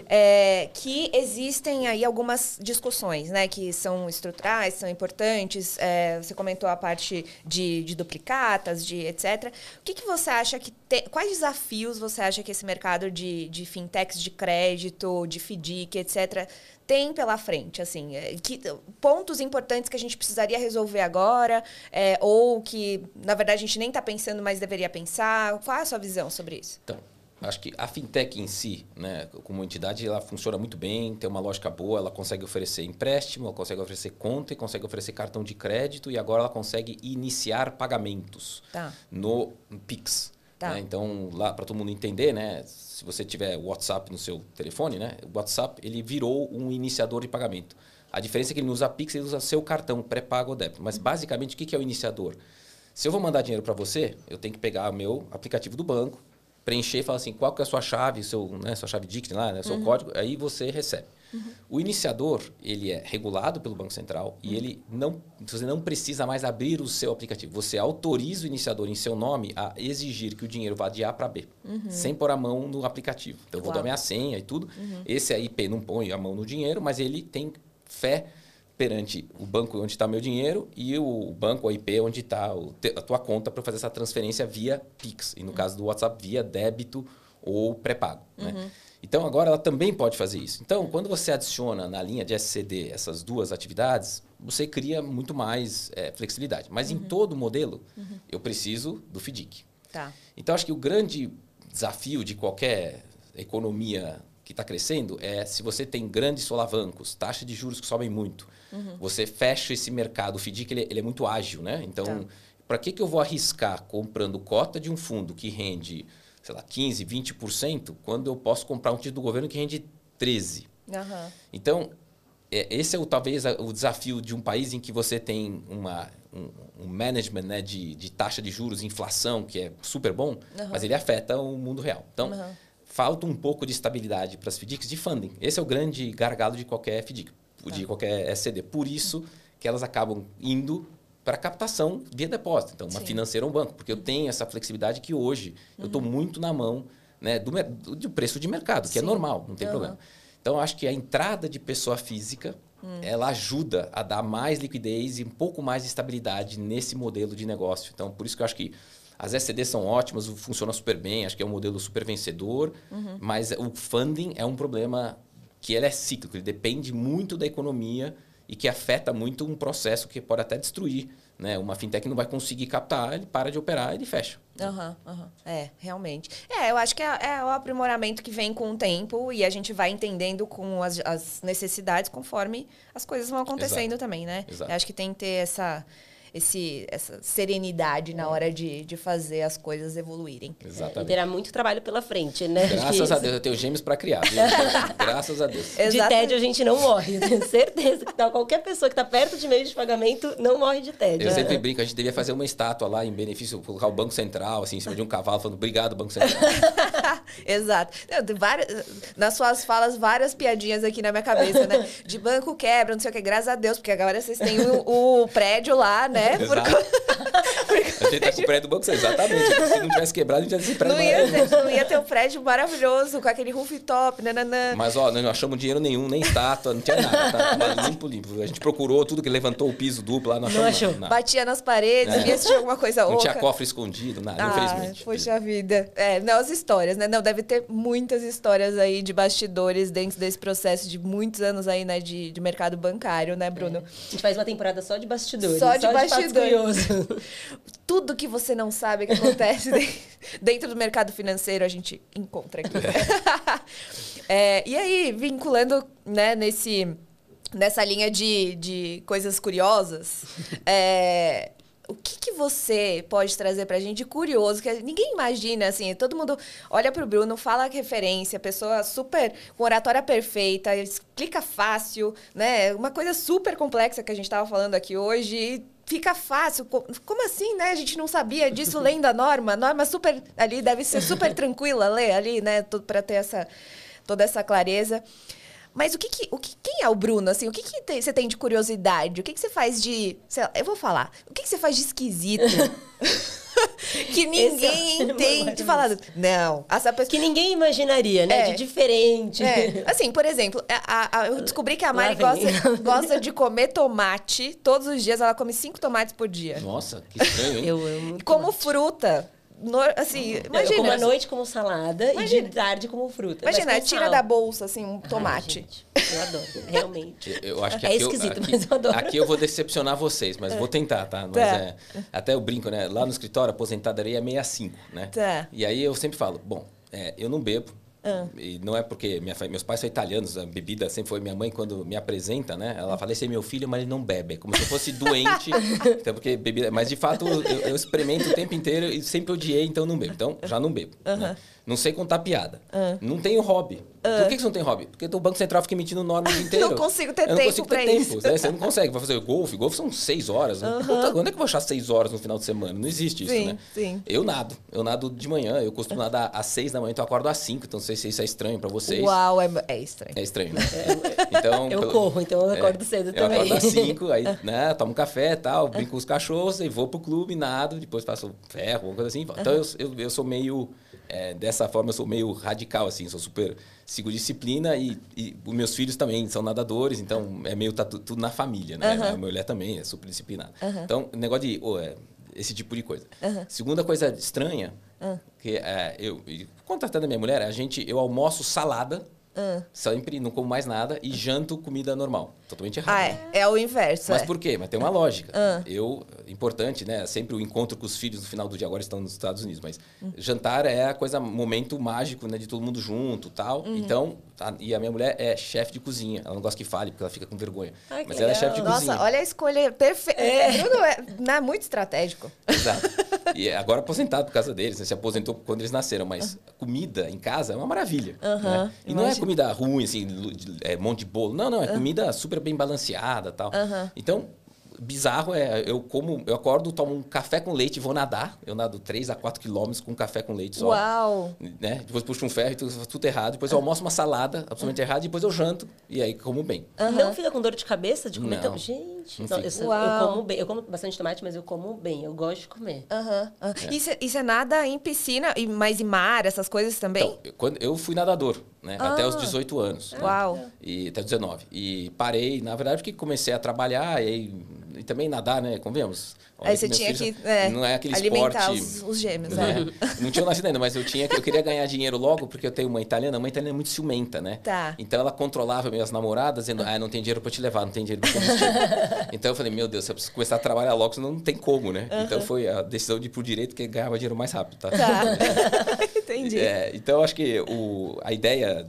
que existem aí algumas discussões, né, que são estruturais, são importantes. Você comentou a parte de duplicatas, de etc. O que você acha que tem... Quais desafios você acha que esse mercado de fintechs de crédito, de FDIC, etc., tem pela frente? Assim, pontos importantes que a gente precisaria resolver agora, ou que, na verdade, a gente nem está pensando, mas deveria pensar? Qual é a sua visão sobre isso? Então, acho que a fintech em si, né, como entidade, ela funciona muito bem, tem uma lógica boa, ela consegue oferecer empréstimo, ela consegue oferecer conta, consegue oferecer cartão de crédito e agora ela consegue iniciar pagamentos no Pix. Né? Então, lá para todo mundo entender, né, se você tiver o WhatsApp no seu telefone, né, o WhatsApp ele virou um iniciador de pagamento. A diferença é que ele não usa Pix, ele usa seu cartão pré-pago ou débito. Mas, basicamente, o que é o iniciador? Se eu vou mandar dinheiro para você, eu tenho que pegar o meu aplicativo do banco, preencher e falar assim, qual que é a sua chave, sua chave DICT lá, né, seu código, aí você recebe. O iniciador, ele é regulado pelo Banco Central e você não precisa mais abrir o seu aplicativo. Você autoriza o iniciador em seu nome a exigir que o dinheiro vá de A para B, sem pôr a mão no aplicativo. Então, eu vou dar minha senha e tudo. Esse IP não põe a mão no dinheiro, mas ele tem fé perante o banco onde está meu dinheiro e o banco, o IP, onde está a tua conta para fazer essa transferência via Pix. E no caso do WhatsApp, via débito ou pré-pago. Né? Então, agora ela também pode fazer isso. Então, quando você adiciona na linha de SCD essas duas atividades, você cria muito mais flexibilidade. Mas em todo modelo, eu preciso do FDIC. Tá. Então, acho que o grande desafio de qualquer economia que está crescendo é se você tem grandes solavancos, taxas de juros que sobem muito, você fecha esse mercado. O FDIC ele é muito ágil, né? Então, para que eu vou arriscar comprando cota de um fundo que rende, sei lá, 15%, 20%, quando eu posso comprar um título do governo que rende 13%? Então, esse é talvez o desafio de um país em que você tem um management, né, de taxa de juros, inflação, que é super bom, mas ele afeta o mundo real. Então, falta um pouco de estabilidade para as FDICs de funding. Esse é o grande gargalo de qualquer FDIC, de qualquer SCD. Por isso que elas acabam indo para captação via depósito. Então, uma financeira ou um banco, porque eu tenho essa flexibilidade que hoje eu estou muito na mão, né, do preço de mercado, que é normal, não tem problema. Então, eu acho que a entrada de pessoa física, ela ajuda a dar mais liquidez e um pouco mais de estabilidade nesse modelo de negócio. Então, por isso que eu acho que as SCDs são ótimas, funciona super bem, acho que é um modelo super vencedor, mas o funding é um problema que ele é cíclico, ele depende muito da economia e que afeta muito um processo que pode até destruir. Né? Uma fintech não vai conseguir captar, ele para de operar, ele fecha. Realmente. Eu acho que é o aprimoramento que vem com o tempo e a gente vai entendendo com as necessidades conforme as coisas vão acontecendo também, né? Exato. Eu acho que tem que ter essa serenidade na hora de fazer as coisas evoluírem. Exatamente. E terá muito trabalho pela frente, né? Graças a Deus, eu tenho gêmeos para criar. Graças a Deus. De tédio a gente não morre. Eu tenho certeza que qualquer pessoa que está perto de meio de pagamento não morre de tédio. Eu sempre brinco, a gente devia fazer uma estátua lá em benefício, colocar o Banco Central, assim, em cima de um cavalo, falando obrigado, Banco Central. Exato. Nas suas falas, várias piadinhas aqui na minha cabeça, né? De banco quebra, não sei o que, graças a Deus, porque agora vocês têm o prédio lá, né? Exato. A gente tá com o prédio do Banco Central, exatamente. Se não tivesse quebrado, a gente ia ter esse prédio maravilhoso. Não ia ter um prédio maravilhoso, com aquele rooftop, nananã. Mas, ó, nós não achamos dinheiro nenhum, nem estátua, não tinha nada. Tava limpo. A gente procurou tudo que levantou o piso duplo lá, não achou nada. Batia nas paredes, via se tinha alguma coisa oca. Não tinha cofre escondido, nada, infelizmente. Poxa vida. Não, as histórias, né? Não, deve ter muitas histórias aí de bastidores dentro desse processo de muitos anos aí, né? De mercado bancário, né, Bruno? A gente faz uma temporada só de bastidores. Só de bastidores. Curioso. Tudo que você não sabe que acontece dentro do mercado financeiro, a gente encontra aqui. E aí, vinculando, né, nessa linha de coisas curiosas, o que você pode trazer pra gente de curioso, que ninguém imagina, assim, todo mundo olha pro Bruno, fala a referência, pessoa super, com oratória perfeita, explica fácil, né? Uma coisa super complexa que a gente tava falando aqui hoje e fica fácil. Como assim, né? A gente não sabia disso lendo a norma. A norma super ali, deve ser super tranquila ler ali, né? Pra ter toda essa clareza. Mas quem é o Bruno, assim? O que você tem de curiosidade? O que você faz de... Sei lá, eu vou falar. O que você faz de esquisito? Que ninguém entende. Falar, não. Essa pessoa... Que ninguém imaginaria, né? De diferente. Assim, por exemplo, eu descobri que a Mari gosta de comer tomate. Todos os dias ela come 5 tomates por dia. Nossa, que estranho, hein? Eu amo como fruta. Assim, imagina. Eu como à noite como salada e de tarde como fruta. Imagina, tira da bolsa, assim, um tomate. Gente, eu adoro, realmente. Eu acho que é esquisito, mas eu adoro. Aqui eu vou decepcionar vocês, mas vou tentar, tá? Mas até eu brinco, né? Lá no escritório, a aposentadoria é 65, né? Tá. E aí eu sempre falo, bom, eu não bebo. E não é porque meus pais são italianos, a bebida sempre foi minha mãe quando me apresenta, né? Ela fala, esse é meu filho, mas ele não bebe. É como se eu fosse doente. Então, porque bebida... Mas de fato eu experimento o tempo inteiro e sempre odiei, então não bebo. Então já não bebo. Né? Não sei contar piada. Não tenho hobby. Por que você não tem hobby? Porque o Banco Central fica emitindo norma o dia inteiro. Não consigo ter tempo pra isso. Né? Você não consegue. Vai fazer golfe. Golfe são 6 horas. Puta, onde é que eu vou achar 6 horas no final de semana? Não existe isso, né? Sim. Eu nado de manhã. Eu costumo nadar às 6 da manhã, então eu acordo às 5. Então não sei se isso é estranho pra vocês. Uau, é estranho. É estranho, né? Então, eu corro, então eu acordo cedo também. Eu acordo às 5, aí, né, tomo um café e tal, brinco com os cachorros, e vou pro clube, nado, depois faço ferro, alguma coisa assim. Então eu sou meio... dessa forma eu sou meio radical, assim, sou super... Sigo disciplina e os meus filhos também são nadadores, então é meio tá tudo na família, né? A minha mulher também é super disciplinada. Então, negócio de... esse tipo de coisa. Segunda coisa estranha, que eu contratando a minha mulher, eu almoço salada, sempre não como mais nada, e janto comida normal. Totalmente errado. É o inverso. Mas por quê? Mas tem uma lógica. Importante, né? Sempre o encontro com os filhos no final do dia, agora estão nos Estados Unidos, mas jantar é momento mágico, né? De todo mundo junto e tal. Então, e a minha mulher é chefe de cozinha. Ela não gosta que fale, porque ela fica com vergonha. Mas ela é chefe de cozinha. Nossa, olha a escolha perfeita. Bruno é muito estratégico. Exato. E agora aposentado por causa deles, né? Se aposentou quando eles nasceram, mas comida em casa é uma maravilha. Né? E não é comida ruim, assim, um monte de bolo. Não, é comida super bem balanceada e tal. Então, bizarro eu acordo, tomo um café com leite e vou nadar. Eu nado 3 a 4 quilômetros com um café com leite só. Uau! Né? Depois puxo um ferro e tudo errado. Depois eu almoço uma salada absolutamente errada. Depois eu janto e aí como bem. Não fica com dor de cabeça de comer Não. tão... Gente, Não eu como bem. Eu como bastante tomate, mas eu como bem. Eu gosto de comer. E você nada em piscina, mas em mar, essas coisas também? Então, eu fui nadador, né? Até os 18 anos. Uau! Né? E até 19. E parei, na verdade, porque comecei a trabalhar e também nadar, né? Convenhamos. Aí você tinha que não é aquele alimentar esporte, os gêmeos, né? Não tinha nascido ainda, mas eu queria ganhar dinheiro logo, porque eu tenho uma italiana é muito ciumenta, né? Tá. Então ela controlava minhas namoradas, dizendo, não tem dinheiro pra te levar, não tem dinheiro pra combustível. Então eu falei, meu Deus, eu preciso começar a trabalhar logo, senão não tem como, né? Então foi a decisão de ir pro direito, que ganhava dinheiro mais rápido, tá? Entendi. Então eu acho que a ideia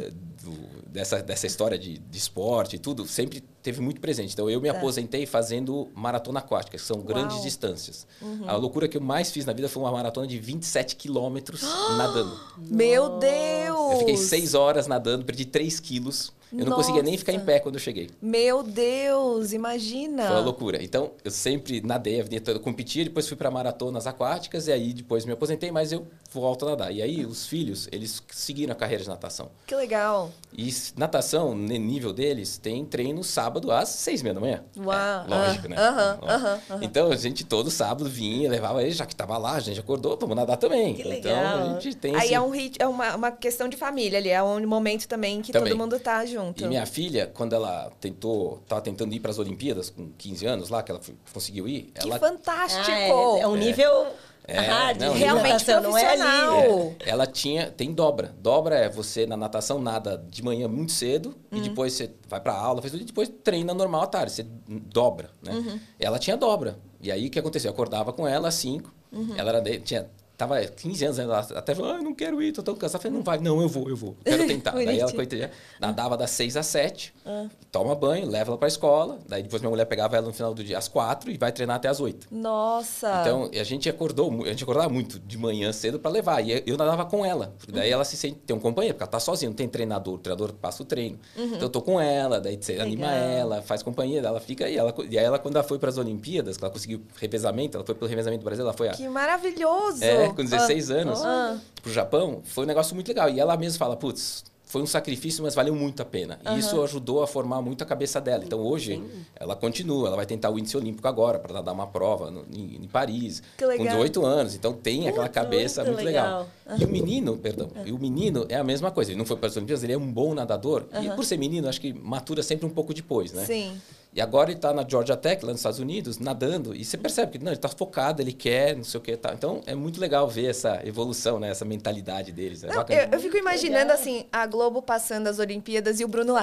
dessa história de esporte e tudo sempre teve muito presente. Então, eu me aposentei fazendo maratona aquática, que são grandes distâncias. A loucura que eu mais fiz na vida foi uma maratona de 27 quilômetros nadando. Meu Deus! Eu fiquei 6 horas nadando, perdi 3 quilos. Eu não conseguia nem ficar em pé quando eu cheguei. Meu Deus, imagina! Foi uma loucura. Então, eu sempre nadei a vida toda, competia, depois fui para maratonas aquáticas, e aí depois me aposentei, mas eu volto a nadar. E aí, os filhos, eles seguiram a carreira de natação. Que legal! E natação, no nível deles, tem treino sábado às 6h30 da manhã. Uau! Lógico, né? Então, a gente todo sábado vinha, levava ele, já que estava lá, a gente acordou, vamos nadar também. Que legal. Então, a gente tem Aí é uma questão de família ali, é um momento também que todo mundo tá junto. E minha filha, quando ela estava tentando ir para as Olimpíadas, com 15 anos lá, que ela conseguiu ir... Que fantástico! É um nível... realmente profissional. Ela tem dobra. Dobra é você na natação nada de manhã muito cedo e depois você vai para aula, faz tudo, e depois treina normal à tarde. Você dobra, né? Ela tinha dobra. E aí o que aconteceu? Eu acordava com ela às 5. Ela tava 15 anos, ela até falou, não quero ir, tô tão cansada. Eu falei, não vai, não, eu vou, quero tentar. Daí ela nadava das 6 às 7, toma banho, leva ela pra escola, daí depois minha mulher pegava ela no final do dia às 4 e vai treinar até às 8. Nossa! Então, a gente acordava muito de manhã cedo para levar, e eu nadava com ela, porque daí ela se sente, tem um companheiro, porque ela tá sozinha, não tem treinador, o treinador passa o treino. Então, eu tô com ela, daí você anima ela, faz companhia, ela fica aí. E aí ela, quando ela foi para as Olimpíadas, que ela conseguiu revezamento, ela foi pelo revezamento do Brasil, ela foi Que maravilhoso! com 16 anos, pro Japão, foi um negócio muito legal. E ela mesma fala, putz, foi um sacrifício, mas valeu muito a pena. E isso ajudou a formar muito a cabeça dela. Então, hoje, ela continua, ela vai tentar o índice olímpico agora, para dar uma prova em Paris, com 18 anos. Então, tem aquela cabeça muito legal. E o menino é a mesma coisa. Ele não foi para as Olimpíadas, ele é um bom nadador. E por ser menino, acho que matura sempre um pouco depois, né? Sim. E agora ele está na Georgia Tech, lá nos Estados Unidos, nadando. E você percebe que ele está focado, ele quer, não sei o que. Tá. Então, é muito legal ver essa evolução, né? Essa mentalidade deles. É eu fico imaginando, assim, a Globo passando as Olimpíadas e o Bruno lá.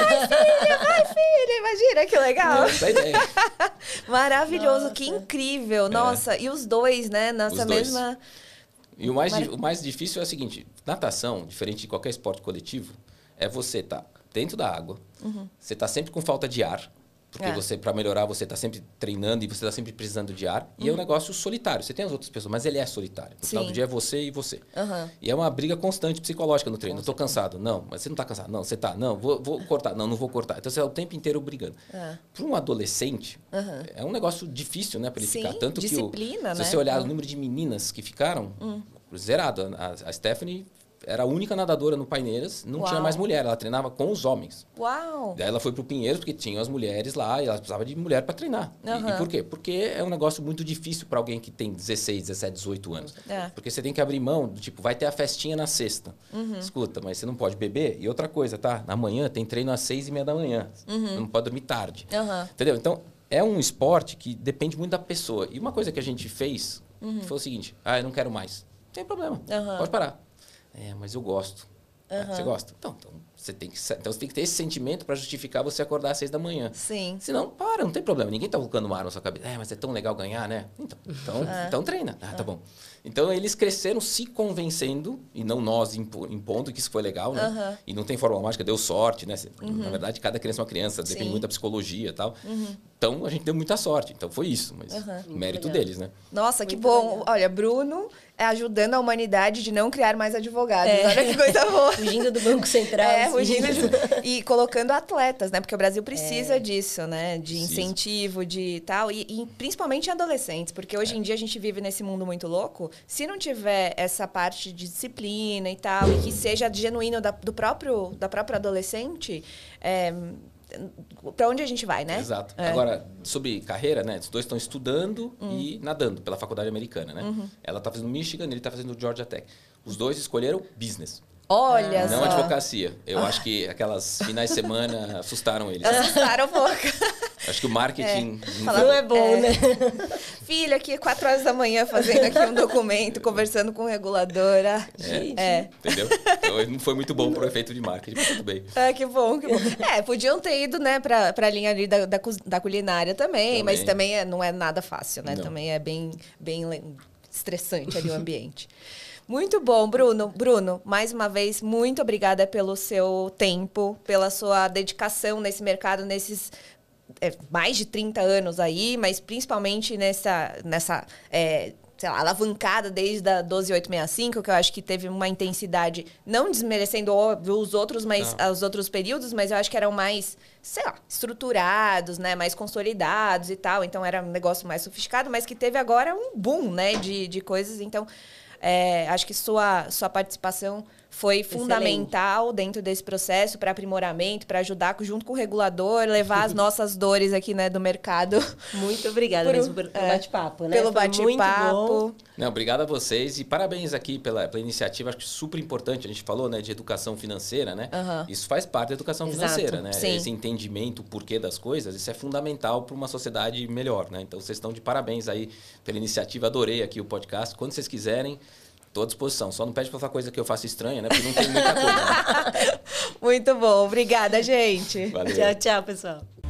Vai, filha! Imagina, que legal. Essa é a ideia. Maravilhoso, que incrível. Nossa, e os dois, né? Nessa mesma... E o mais difícil é o seguinte. Natação, diferente de qualquer esporte coletivo, é você estar dentro da água, você está sempre com falta de ar, porque você, para melhorar, você está sempre treinando e você está sempre precisando de ar. E é um negócio solitário. Você tem as outras pessoas, mas ele é solitário. No final do dia é você e você. E é uma briga constante psicológica no treino. Eu estou cansado. Não, mas você não está cansado. Não, você está. Não, vou cortar. Não vou cortar. Então, você é o tempo inteiro brigando. Para um adolescente, é um negócio difícil, né? Para ele ficar. Tanto disciplina, que se você olhar o número de meninas que ficaram, zerado. A Stephanie era a única nadadora no Paineiras, não tinha mais mulher, ela treinava com os homens. Uau! Daí ela foi pro Pinheiros, porque tinham as mulheres lá, e ela precisava de mulher para treinar. E por quê? Porque é um negócio muito difícil para alguém que tem 16, 17, 18 anos. Porque você tem que abrir mão, tipo, vai ter a festinha na sexta. Escuta, mas você não pode beber. E outra coisa, tá? Amanhã tem treino às 6h30 da manhã. Não pode dormir tarde. Entendeu? Então, é um esporte que depende muito da pessoa. E uma coisa que a gente fez foi o seguinte, eu não quero mais. Não tem problema, pode parar. Mas eu gosto. Você gosta? Então, Então você tem que ter esse sentimento para justificar você acordar às 6 da manhã. Sim. Senão, não tem problema. Ninguém tá colocando uma arma na sua cabeça. Mas é tão legal ganhar, né? Então treina. Tá bom. Então eles cresceram se convencendo, e não nós impondo, que isso foi legal, né? E não tem fórmula mágica, deu sorte, né? Na verdade, cada criança é uma criança, depende muito da psicologia e tal. Então a gente deu muita sorte. Então foi isso, mas mérito deles, né? Nossa, que bom. Legal. Olha, Bruno ajudando a humanidade de não criar mais advogados. Olha que coisa boa. Fugindo do Banco Central. Fugindo e colocando atletas, né? Porque o Brasil precisa disso, né? De incentivo, de tal. E principalmente em adolescentes, porque hoje em dia a gente vive nesse mundo muito louco. Se não tiver essa parte de disciplina e tal, e que seja genuíno da própria adolescente, para onde a gente vai, né? Exato. Agora, sobre carreira, né? Os dois estão estudando e nadando pela faculdade americana, né? Ela está fazendo Michigan, ele está fazendo Georgia Tech. Os dois escolheram business. Olha não só. advocacia. Eu acho que aquelas finais de semana assustaram eles. Assustaram um pouco. Acho que o marketing... Não é bom, né? Filho, aqui 4 horas da manhã fazendo aqui um documento, conversando com reguladora. Entendeu? Então, não foi muito bom pro efeito de marketing, mas tudo bem. Que bom, que bom. Podiam ter ido, né, pra linha ali da culinária também, mas também não é nada fácil, né? Não. Também é bem estressante ali o ambiente. Muito bom, Bruno. Bruno, mais uma vez, muito obrigada pelo seu tempo, pela sua dedicação nesse mercado, nesses mais de 30 anos aí, mas principalmente nessa sei lá, alavancada desde a 12865, que eu acho que teve uma intensidade, não desmerecendo os outros, mas os outros períodos, mas eu acho que eram mais, sei lá, estruturados, né, mais consolidados e tal. Então era um negócio mais sofisticado, mas que teve agora um boom, né, de coisas. Então, acho que sua participação foi fundamental dentro desse processo para aprimoramento, para ajudar junto com o regulador, levar as nossas dores aqui, né, do mercado. Muito obrigada mesmo pelo bate-papo, né? Pelo bate-papo. Não, obrigado a vocês e parabéns aqui pela iniciativa. Acho que super importante. A gente falou, né, de educação financeira, né? Isso faz parte da educação financeira, né? Sim. Esse entendimento, o porquê das coisas, isso é fundamental para uma sociedade melhor, né? Então, vocês estão de parabéns aí pela iniciativa. Adorei aqui o podcast. Quando vocês quiserem, estou à disposição. Só não pede para falar coisa que eu faço estranha, né? Porque não tem muita coisa. Né? Muito bom. Obrigada, gente. Valeu. Tchau, tchau, pessoal.